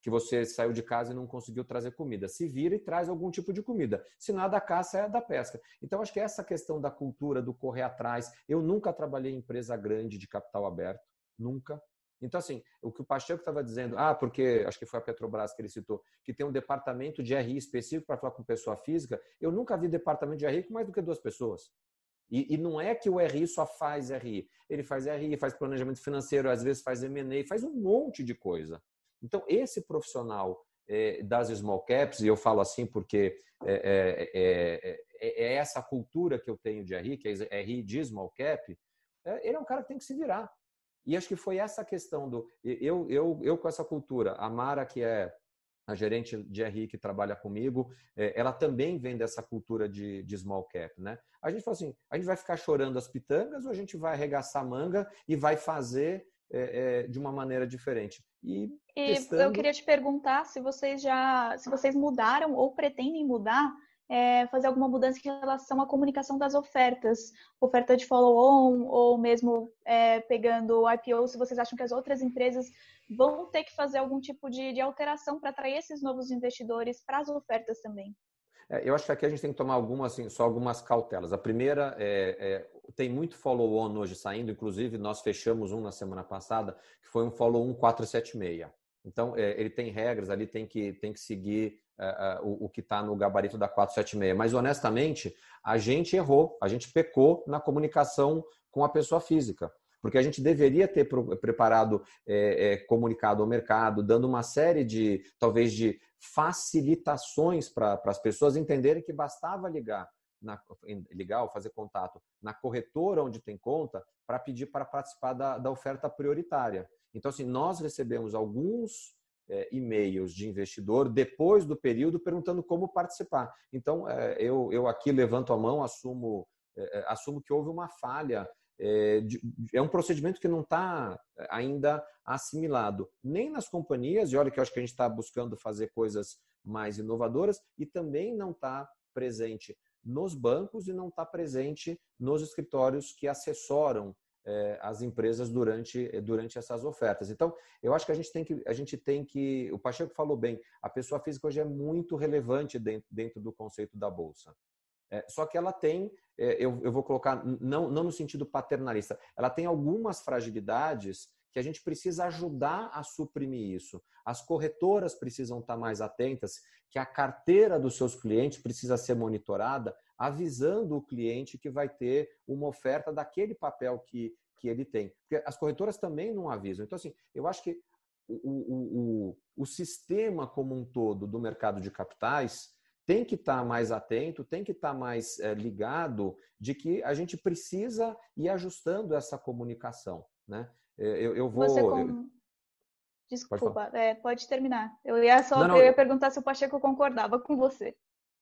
que você saiu de casa e não conseguiu trazer comida. Se vira e traz algum tipo de comida. Se não é da caça, é da pesca. Então, acho que essa questão da cultura, do correr atrás... Eu nunca trabalhei em empresa grande de capital aberto. Nunca. Então, assim, o que o Pacheco estava dizendo... Ah, porque acho que foi a Petrobras que ele citou, que tem um departamento de R I específico para falar com pessoa física. Eu nunca vi departamento de R I com mais do que duas pessoas. E, e não é que o R I só faz R I. Ele faz R I, faz planejamento financeiro, às vezes faz M and A, faz um monte de coisa. Então, esse profissional é, das small caps, e eu falo assim porque é, é, é, é essa cultura que eu tenho de R I, que é R I de small cap, é, ele é um cara que tem que se virar. E acho que foi essa questão do... Eu, eu, eu com essa cultura, a Mara, que é a gerente de R I que trabalha comigo, ela também vem dessa cultura de, de small cap, né? A gente fala assim, a gente vai ficar chorando as pitangas ou a gente vai arregaçar a manga e vai fazer é, é, de uma maneira diferente? E, e testando... eu queria te perguntar se vocês já, se vocês mudaram ou pretendem mudar, é, fazer alguma mudança em relação à comunicação das ofertas, oferta de follow-on ou mesmo é, pegando I P O, se vocês acham que as outras empresas vão ter que fazer algum tipo de, de alteração para atrair esses novos investidores para as ofertas também. É, eu acho que aqui a gente tem que tomar algumas, assim, só algumas cautelas. A primeira, é, é, tem muito follow-on hoje saindo, inclusive nós fechamos um na semana passada, que foi um follow-on quatrocentos e setenta e seis. Então, é, ele tem regras ali, tem que, tem que seguir é, o, o que está no gabarito da quatrocentos e setenta e seis. Mas, honestamente, a gente errou, a gente pecou na comunicação com a pessoa física. Porque a gente deveria ter preparado, é, é, comunicado ao mercado, dando uma série de, talvez, de facilitações para as pessoas entenderem que bastava ligar, na, ligar ou fazer contato na corretora onde tem conta para pedir para participar da, da oferta prioritária. Então, assim, nós recebemos alguns é, e-mails de investidor depois do período perguntando como participar. Então, é, eu, eu aqui levanto a mão, assumo, é, assumo que houve uma falha. É, de, é um procedimento que não está ainda assimilado nem nas companhias, e olha que eu acho que a gente está buscando fazer coisas mais inovadoras, e também não está presente nos bancos e não está presente nos escritórios que assessoram é, as empresas durante, durante essas ofertas. Então, eu acho que a gente tem que, a gente tem que, o Pacheco falou bem, a pessoa física hoje é muito relevante dentro, dentro do conceito da Bolsa. É, só que ela tem, é, eu, eu vou colocar, não, não no sentido paternalista, ela tem algumas fragilidades que a gente precisa ajudar a suprimir isso. As corretoras precisam estar mais atentas, que a carteira dos seus clientes precisa ser monitorada, avisando o cliente que vai ter uma oferta daquele papel que, que ele tem. Porque as corretoras também não avisam. Então, assim, eu acho que o, o, o, o sistema como um todo do mercado de capitais tem que estar mais atento, tem que estar mais é, ligado de que a gente precisa ir ajustando essa comunicação, né? Eu, eu vou... Você com... Desculpa, pode, é, pode terminar. Eu ia só não, não, eu ia perguntar se o Pacheco concordava com você.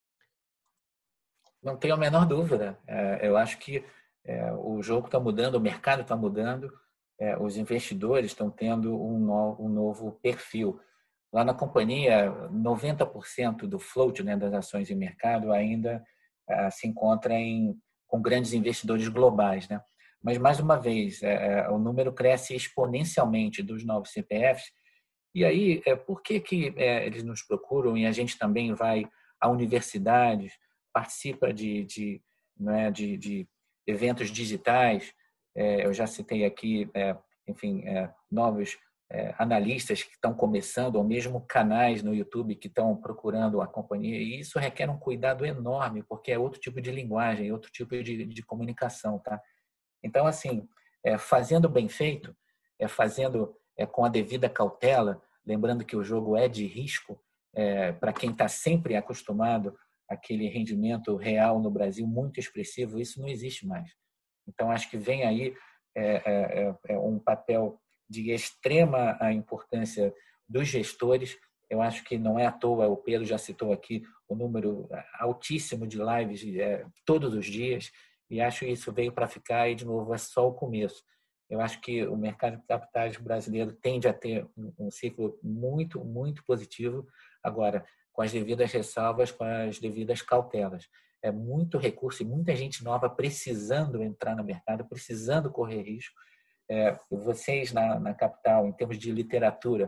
Não tenho a menor dúvida. É, eu acho que é, o jogo está mudando, o mercado está mudando, é, os investidores estão tendo um, no, um novo perfil. Lá na companhia, noventa por cento do float, né, das ações em mercado ainda uh, se encontra em, com grandes investidores globais, né? Mas, mais uma vez, é, o número cresce exponencialmente dos novos C P Fs. E aí, é, por que, que é, eles nos procuram e a gente também vai a universidades, participa de, de, né, de, de eventos digitais? É, eu já citei aqui, é, enfim, é, novos É, analistas que estão começando, ou mesmo canais no YouTube que estão procurando a companhia, e isso requer um cuidado enorme, porque é outro tipo de linguagem, outro tipo de, de comunicação, tá? Então, assim, é, fazendo bem feito, é, fazendo é, com a devida cautela, lembrando que o jogo é de risco, é, para quem está sempre acostumado àquele rendimento real no Brasil muito expressivo, isso não existe mais. Então, acho que vem aí é, é, é um papel de extrema importância dos gestores. Eu acho que não é à toa, o Pedro já citou aqui o número altíssimo de lives é, todos os dias, e acho que isso veio para ficar e, de novo, é só o começo. Eu acho que o mercado de capitais brasileiro tende a ter um, um ciclo muito, muito positivo, agora, com as devidas ressalvas, com as devidas cautelas. É muito recurso e muita gente nova precisando entrar no mercado, precisando correr risco. É, vocês na, na capital, em termos de literatura,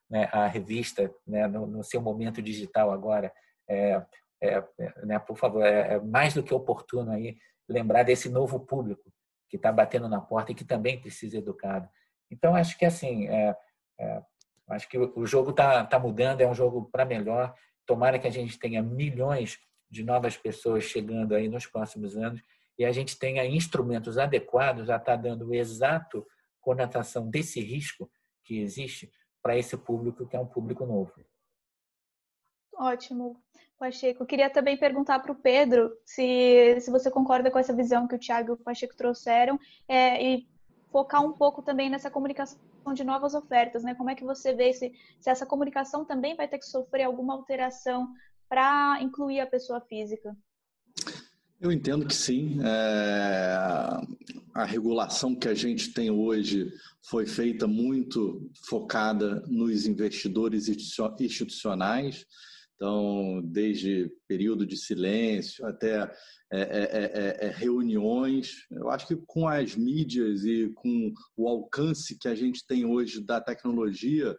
né, a revista, né, no, no seu momento digital agora, é, é, né, por favor, é, é mais do que oportuno aí lembrar desse novo público que está batendo na porta e que também precisa ser educado. Então, acho que assim, é, é, acho que o jogo está tá mudando, é um jogo para melhor. Tomara que a gente tenha milhões de novas pessoas chegando aí nos próximos anos e a gente tenha instrumentos adequados a estar dando o exato conotação desse risco que existe para esse público, que é um público novo. Ótimo, Pacheco. Eu queria também perguntar para o Pedro se, se você concorda com essa visão que o Thiago e o Pacheco trouxeram é, e focar um pouco também nessa comunicação de novas ofertas, né? Como é que você vê se, se essa comunicação também vai ter que sofrer alguma alteração para incluir a pessoa física? Eu entendo que sim. É... A regulação que a gente tem hoje foi feita muito focada nos investidores institucionais. Então, desde período de silêncio até é, é, é, reuniões. Eu acho que com as mídias e com o alcance que a gente tem hoje da tecnologia,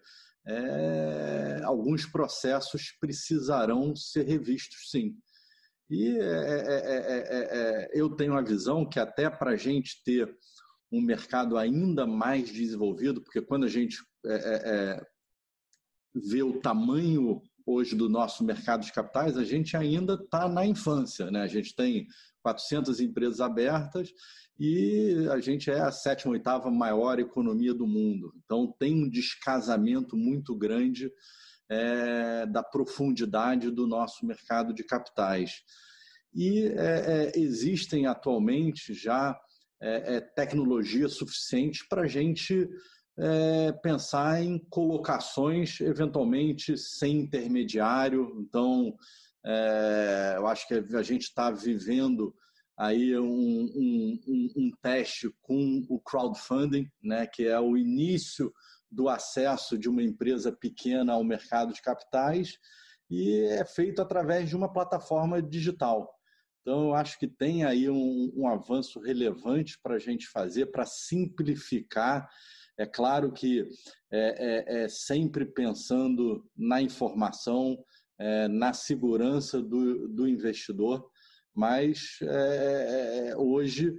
é, alguns processos precisarão ser revistos, sim. E é, é, é, é, eu tenho a visão que até para a gente ter um mercado ainda mais desenvolvido, porque quando a gente é, é, vê o tamanho hoje do nosso mercado de capitais, a gente ainda está na infância, né? A gente tem quatrocentas empresas abertas e a gente é a sétima, oitava maior economia do mundo. Então, tem um descasamento muito grande é, da profundidade do nosso mercado de capitais. E é, é, existem atualmente já é, é, tecnologia suficiente para a gente É, pensar em colocações eventualmente sem intermediário. Então, é, eu acho que a gente está vivendo aí um, um, um, um teste com o crowdfunding, né, que é o início do acesso de uma empresa pequena ao mercado de capitais e é feito através de uma plataforma digital. Então, eu acho que tem aí um, um avanço relevante para a gente fazer, para simplificar. É claro que é, é, é sempre pensando na informação, é, na segurança do, do investidor, mas é, hoje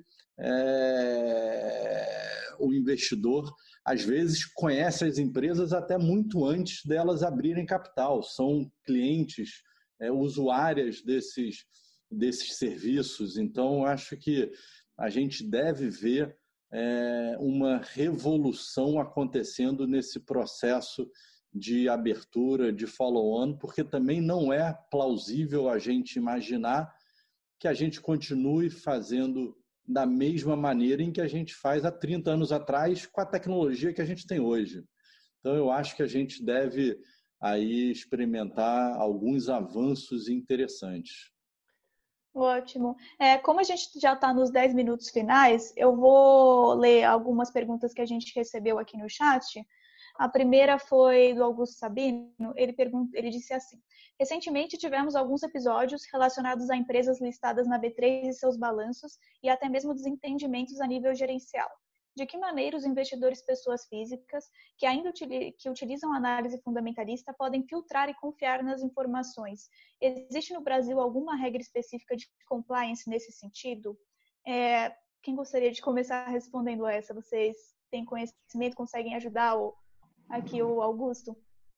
é, o investidor, às vezes, conhece as empresas até muito antes delas abrirem capital. São clientes, é, usuárias desses, desses serviços. Então, acho que a gente deve ver É uma revolução acontecendo nesse processo de abertura, de follow-on, porque também não é plausível a gente imaginar que a gente continue fazendo da mesma maneira em que a gente faz há trinta anos atrás com a tecnologia que a gente tem hoje. Então, eu acho que a gente deve aí experimentar alguns avanços interessantes. Ótimo. É, como a gente já está nos dez minutos finais, eu vou ler algumas perguntas que a gente recebeu aqui no chat. A primeira foi do Augusto Sabino. Ele, pergun- ele disse assim: recentemente tivemos alguns episódios relacionados a empresas listadas na B três e seus balanços e até mesmo desentendimentos a nível gerencial. De que maneira os investidores pessoas físicas que ainda utili- que utilizam análise fundamentalista podem filtrar e confiar nas informações? Existe no Brasil alguma regra específica de compliance nesse sentido? É, quem gostaria de começar respondendo essa? Vocês têm conhecimento, conseguem ajudar o, aqui o Augusto?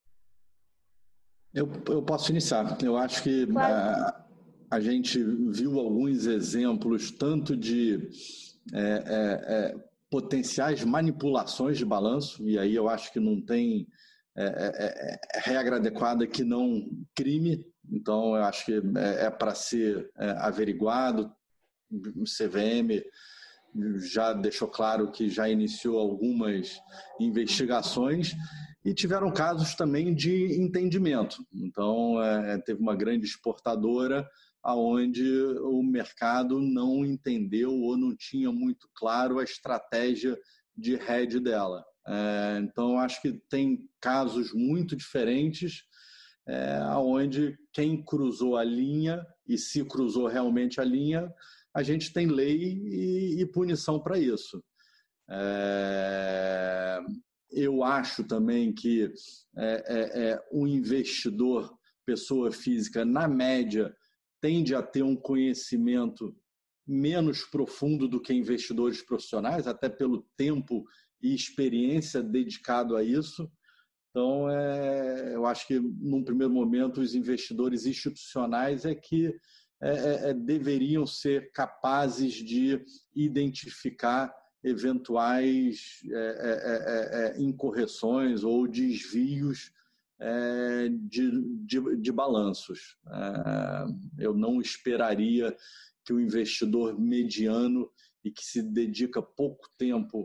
Eu, eu posso iniciar. Eu acho que Claro. a, a gente viu alguns exemplos tanto de é, é, é, potenciais manipulações de balanço, e aí eu acho que não tem é, é, é, regra adequada que não crime. Então, eu acho que é, é para ser é, averiguado. O C V M já deixou claro que já iniciou algumas investigações e tiveram casos também de entendimento. Então, é, teve uma grande exportadora onde o mercado não entendeu ou não tinha muito claro a estratégia de hedge dela. É, então, acho que tem casos muito diferentes é, onde quem cruzou a linha, e se cruzou realmente a linha, a gente tem lei e, e punição para isso. É, eu acho também que é, é, é, o investidor, pessoa física, na média, tende a ter um conhecimento menos profundo do que investidores profissionais, até pelo tempo e experiência dedicado a isso. Então, é, eu acho que, num primeiro momento, os investidores institucionais é que é, é, deveriam ser capazes de identificar eventuais é, é, é, incorreções ou desvios é, de, de, de balanços. É, eu não esperaria que o investidor mediano e que se dedica pouco tempo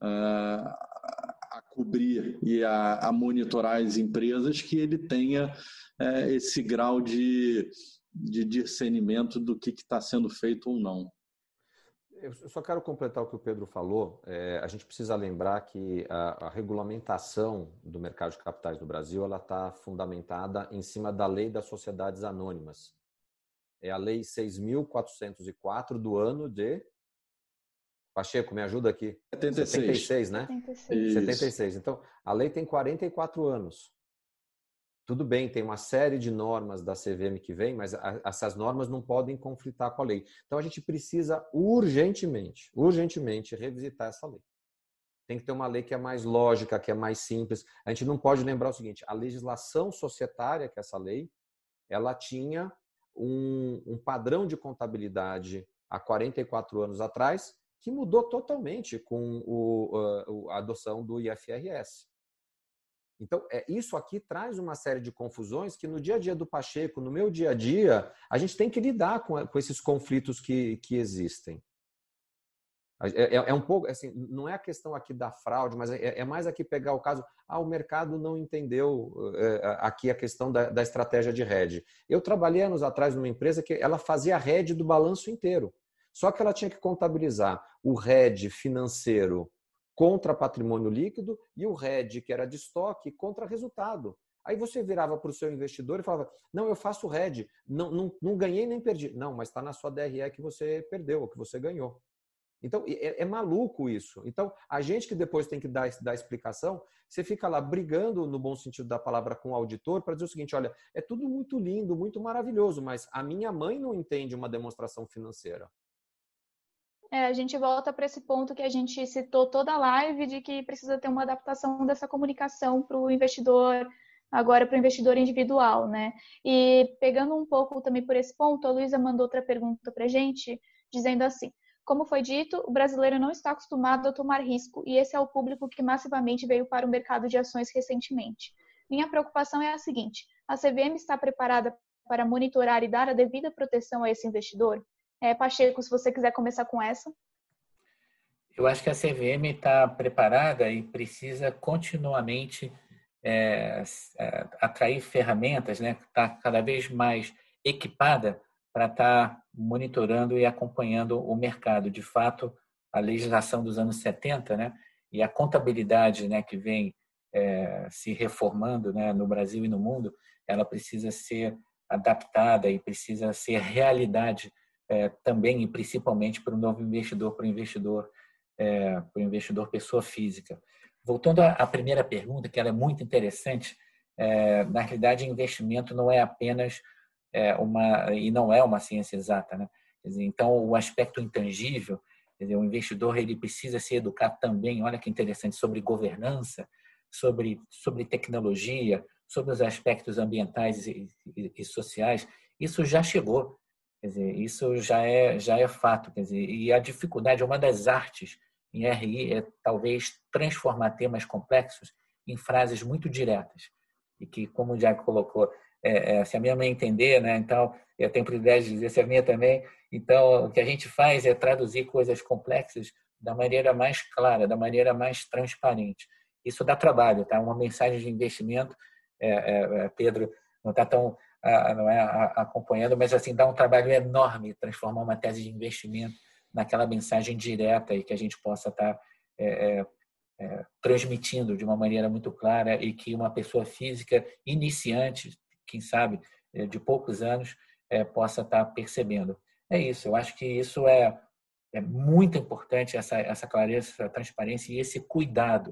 a cobrir e a, a monitorar as empresas, que ele tenha é, esse grau de, de discernimento do que está sendo feito ou não. Eu só quero completar o que o Pedro falou. É, a gente precisa lembrar que a, a regulamentação do mercado de capitais do Brasil ela está fundamentada em cima da Lei das Sociedades Anônimas. É a Lei seis mil quatrocentos e quatro do ano de... Pacheco, me ajuda aqui. setenta e seis. setenta e seis, né? setenta e seis. setenta e seis. Então, a lei tem quarenta e quatro anos. Tudo bem, tem uma série de normas da C V M que vem, mas a, essas normas não podem conflitar com a lei. Então, a gente precisa urgentemente, urgentemente revisitar essa lei. Tem que ter uma lei que é mais lógica, que é mais simples. A gente não pode lembrar o seguinte, a legislação societária, que é essa lei, ela tinha um, um padrão de contabilidade há quarenta e quatro anos atrás, que mudou totalmente com o, a adoção do I F R S. Então, é, isso aqui traz uma série de confusões que no dia a dia do Pacheco, no meu dia a dia, a gente tem que lidar com, com esses conflitos que, que existem. É, é, é um pouco, assim, não é a questão aqui da fraude, mas é, é mais aqui pegar o caso, ah, o mercado não entendeu é, aqui a questão da, da estratégia de hedge. Eu trabalhei anos atrás numa empresa que ela fazia hedge do balanço inteiro. Só que ela tinha que contabilizar o hedge financeiro contra patrimônio líquido e o hedge que era de estoque contra resultado. Aí você virava para o seu investidor e falava, não, eu faço hedge, não, não, não ganhei nem perdi. Não, mas está na sua D R E que você perdeu, ou que você ganhou. Então, é, é maluco isso. Então, a gente que depois tem que dar, dar explicação, você fica lá brigando, no bom sentido da palavra, com o auditor para dizer o seguinte, olha, é tudo muito lindo, muito maravilhoso, mas a minha mãe não entende uma demonstração financeira. É, a gente volta para esse ponto que a gente citou toda a live de que precisa ter uma adaptação dessa comunicação para o investidor, agora para o investidor individual, né? E pegando um pouco também por esse ponto, a Luísa mandou outra pergunta para a gente, dizendo assim, como foi dito, o brasileiro não está acostumado a tomar risco e esse é o público que massivamente veio para o mercado de ações recentemente. Minha preocupação é a seguinte, a C V M está preparada para monitorar e dar a devida proteção a esse investidor? É, Pacheco, se você quiser começar com essa. Eu acho que a C V M está preparada e precisa continuamente é, é, atrair ferramentas, né? Está cada vez mais equipada para estar tá monitorando e acompanhando o mercado. De fato, a legislação dos anos setenta, né? E a contabilidade, né, que vem é, se reformando, né, no Brasil e no mundo, ela precisa ser adaptada e precisa ser realidade É, também e principalmente para o novo investidor, para o investidor, é, para o investidor pessoa física. Voltando à, à primeira pergunta, que ela é muito interessante, é, na realidade, investimento não é apenas é, uma, e não é uma ciência exata, né? Quer dizer, então, o aspecto intangível, quer dizer, o investidor ele precisa ser educado também, olha que interessante, sobre governança, sobre, sobre tecnologia, sobre os aspectos ambientais e, e, e sociais. Isso já chegou. Quer dizer, isso já é, já é fato. Quer dizer, e a dificuldade, uma das artes em R I é talvez transformar temas complexos em frases muito diretas. E que, como o Diago colocou, é, é, se a minha mãe entender, né, então, eu tenho o privilégio de dizer se a minha também, então o que a gente faz é traduzir coisas complexas da maneira mais clara, da maneira mais transparente. Isso dá trabalho, tá? Uma mensagem de investimento, é, é, Pedro, não está tão... não é acompanhando, mas assim dá um trabalho enorme transformar uma tese de investimento naquela mensagem direta e que a gente possa estar é, é, transmitindo de uma maneira muito clara e que uma pessoa física iniciante, quem sabe de poucos anos, é, possa estar percebendo. É isso. Eu acho que isso é, é muito importante essa essa clareza, essa transparência e esse cuidado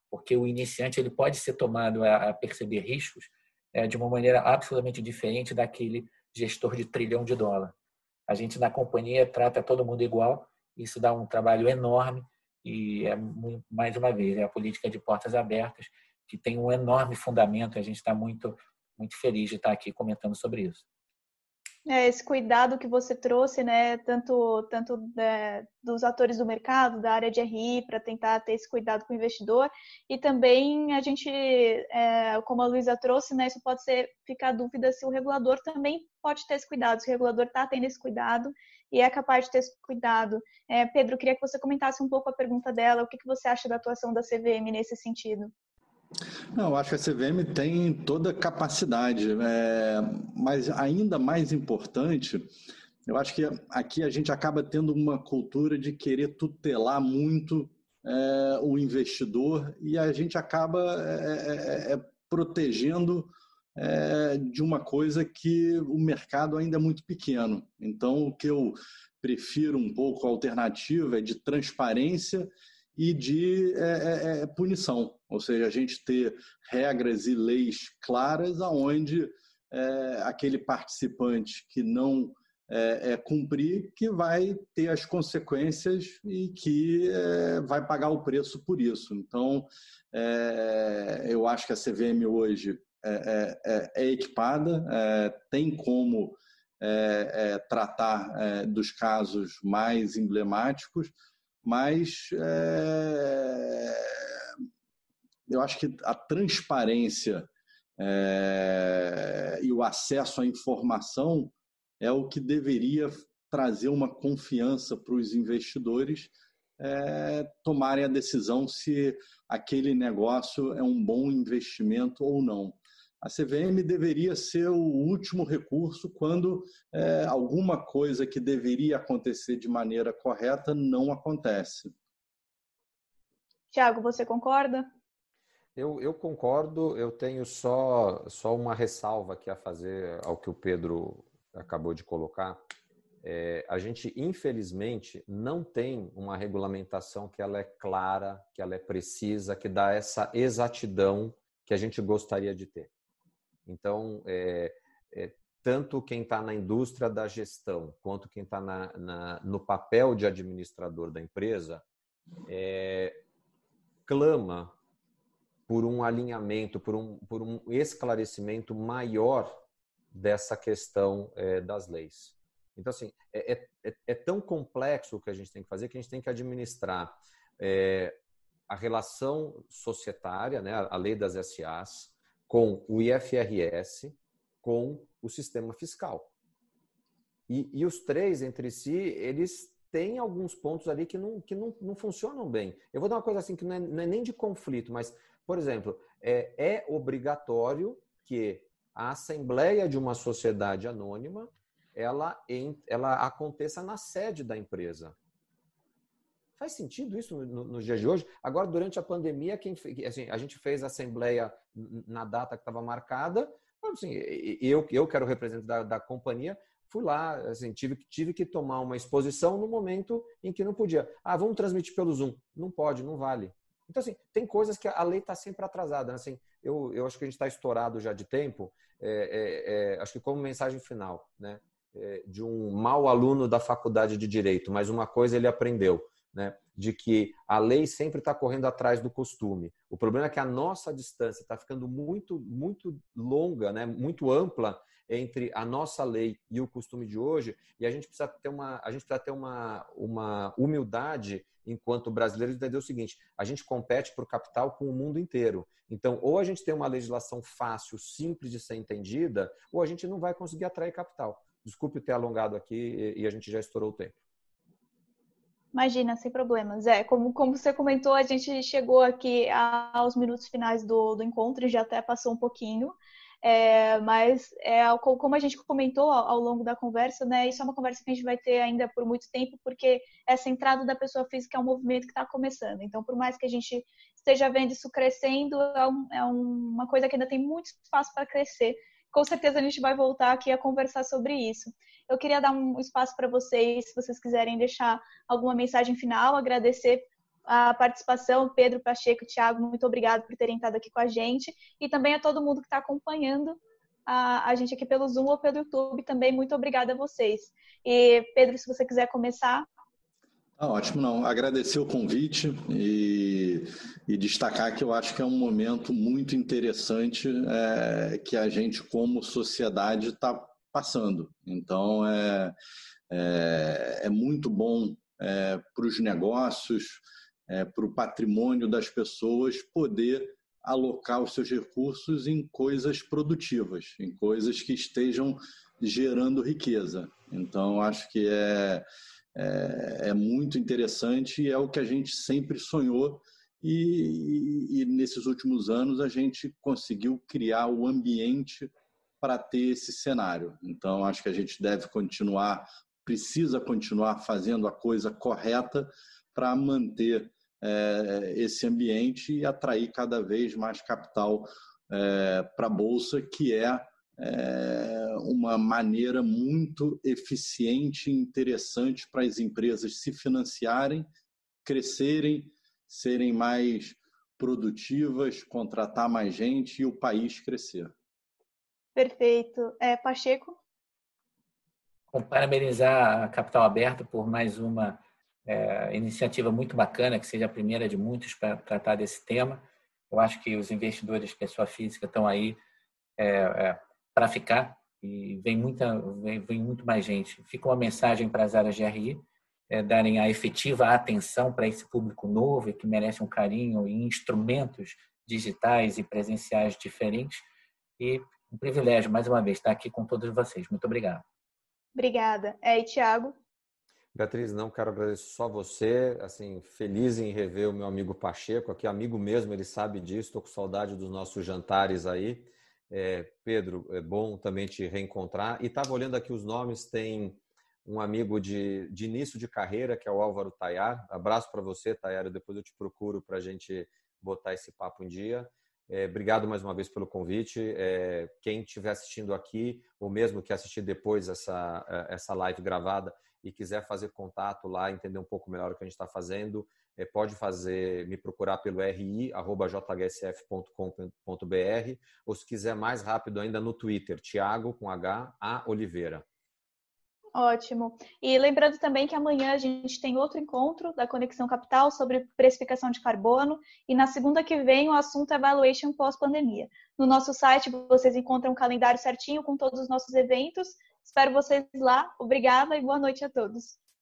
porque o iniciante ele pode ser tomado a, a perceber riscos é, de uma maneira absolutamente diferente daquele gestor de trilhão de dólar. A gente na companhia trata todo mundo igual, isso dá um trabalho enorme e, é, mais uma vez, é a política de portas abertas que tem um enorme fundamento. A gente está muito, muito feliz de estar aqui comentando sobre isso. É, esse cuidado que você trouxe, né, tanto, tanto é, dos atores do mercado, da área de R I, para tentar ter esse cuidado com o investidor, e também a gente, é, como a Luísa trouxe, né, isso pode ser, ficar a dúvida se o regulador também pode ter esse cuidado, se o regulador está tendo esse cuidado e é capaz de ter esse cuidado. É, Pedro, queria que você comentasse um pouco a pergunta dela, o que, que você acha da atuação da C V M nesse sentido? Não, eu acho que a C V M tem toda a capacidade, é, mas ainda mais importante, eu acho que aqui a gente acaba tendo uma cultura de querer tutelar muito é, o investidor e a gente acaba é, é, protegendo é, de uma coisa que o mercado ainda é muito pequeno. Então, o que eu prefiro um pouco, a alternativa é de transparência e de é, é, punição, ou seja, a gente ter regras e leis claras aonde é, aquele participante que não é, é, cumprir, que vai ter as consequências e que é, vai pagar o preço por isso. Então, é, eu acho que a C V M hoje é, é, é equipada, é, tem como é, é, tratar é, dos casos mais emblemáticos, mas é, eu acho que a transparência é, e o acesso à informação é o que deveria trazer uma confiança para os investidores é, tomarem a decisão se aquele negócio é um bom investimento ou não. A C V M deveria ser o último recurso quando é, alguma coisa que deveria acontecer de maneira correta não acontece. Tiago, você concorda? Eu, eu concordo, eu tenho só, só uma ressalva aqui a fazer ao que o Pedro acabou de colocar. É, a gente, infelizmente, não tem uma regulamentação que ela é clara, que ela é precisa, que dá essa exatidão que a gente gostaria de ter. Então, é, é, tanto quem está na indústria da gestão, quanto quem está na, na, no papel de administrador da empresa, é, clama por um alinhamento, por um, por um esclarecimento maior dessa questão é, das leis. Então, assim, é, é, é tão complexo o que a gente tem que fazer que a gente tem que administrar é, a relação societária, né, a lei das S As, com o I F R S, com o sistema fiscal. E, e os três, entre si, eles têm alguns pontos ali que, não, que não, não funcionam bem. Eu vou dar uma coisa assim que não é, não é nem de conflito, mas, por exemplo, é, é obrigatório que a assembleia de uma sociedade anônima ela, ela aconteça na sede da empresa. Faz sentido isso no, no dia de hoje? Agora, durante a pandemia, quem, assim, a gente fez a assembleia na data que estava marcada. Assim, eu, eu que era o representante da, da companhia, fui lá, assim, tive, tive que tomar uma exposição no momento em que não podia. Ah, vamos transmitir pelo Zoom. Não pode, não vale. Então, assim, tem coisas que a lei está sempre atrasada. Né? Assim, eu, eu acho que a gente está estourado já de tempo. É, é, é, acho que como mensagem final, né? É, de um mau aluno da faculdade de Direito, mas uma coisa ele aprendeu. Né, de que a lei sempre está correndo atrás do costume. O problema é que a nossa distância está ficando muito, muito longa, né, muito ampla entre a nossa lei e o costume de hoje, e a gente precisa ter uma, a gente precisa ter uma, uma humildade enquanto brasileiros de entender o seguinte: a gente compete por capital com o mundo inteiro. Então, ou a gente tem uma legislação fácil, simples de ser entendida, ou a gente não vai conseguir atrair capital. Desculpe ter alongado aqui e a gente já estourou o tempo. Imagina, sem problemas. É, como, como você comentou, a gente chegou aqui aos minutos finais do, do encontro e já até passou um pouquinho. É, mas, é, como a gente comentou ao, ao longo da conversa, né, isso é uma conversa que a gente vai ter ainda por muito tempo, porque essa entrada da pessoa física é um movimento que está começando. Então, por mais que a gente esteja vendo isso crescendo, é, um, é uma coisa que ainda tem muito espaço para crescer. Com certeza a gente vai voltar aqui a conversar sobre isso. Eu queria dar um espaço para vocês, se vocês quiserem deixar alguma mensagem final, agradecer a participação. Pedro, Pacheco, Thiago, muito obrigado por terem estado aqui com a gente. E também a todo mundo que está acompanhando a, a gente aqui pelo Zoom ou pelo YouTube também. Muito obrigada a vocês. E, Pedro, se você quiser começar... Ah, ótimo, não. Agradecer o convite e, e destacar que eu acho que é um momento muito interessante é, que a gente, como sociedade, está passando. Então, é, é, é muito bom é, para os negócios, é, para o patrimônio das pessoas poder alocar os seus recursos em coisas produtivas, em coisas que estejam gerando riqueza. Então, acho que é... É, é muito interessante e é o que a gente sempre sonhou e, e, e nesses últimos anos a gente conseguiu criar o ambiente para ter esse cenário. Então, acho que a gente deve continuar, precisa continuar fazendo a coisa correta para manter é, esse ambiente e atrair cada vez mais capital é, para a Bolsa, que é É uma maneira muito eficiente e interessante para as empresas se financiarem, crescerem, serem mais produtivas, contratar mais gente e o país crescer. Perfeito. É, Pacheco? Bom, parabenizar a Capital Aberto por mais uma é, iniciativa muito bacana, que seja a primeira de muitos para tratar desse tema. Eu acho que os investidores, pessoa física, estão aí é, é, para ficar e vem, muita, vem, vem muito mais gente. Fica uma mensagem para as áreas de R I é, darem a efetiva atenção para esse público novo e que merece um carinho e instrumentos digitais e presenciais diferentes. E um privilégio, mais uma vez, estar aqui com todos vocês. Muito obrigado. Obrigada. É, e Thiago? Beatriz, não quero agradecer só você, assim, feliz em rever o meu amigo Pacheco, aqui amigo mesmo, ele sabe disso, estou com saudade dos nossos jantares aí. É, Pedro, é bom também te reencontrar. E estava olhando aqui os nomes, tem um amigo de, de início de carreira, que é o Álvaro Tayar. Abraço para você, Tayar, depois eu te procuro para a gente botar esse papo em dia. É, obrigado mais uma vez pelo convite. É, quem estiver assistindo aqui, ou mesmo que assistir depois essa, essa live gravada e quiser fazer contato lá, entender um pouco melhor o que a gente está fazendo, é, pode fazer, me procurar pelo r i arroba j h s f ponto com ponto b r ou se quiser mais rápido ainda no Twitter, Thiago com H A Oliveira. Ótimo. E lembrando também que amanhã a gente tem outro encontro da Conexão Capital sobre precificação de carbono e na segunda que vem o assunto é Valuation pós-pandemia. No nosso site vocês encontram um calendário certinho com todos os nossos eventos. Espero vocês lá. Obrigada e boa noite a todos.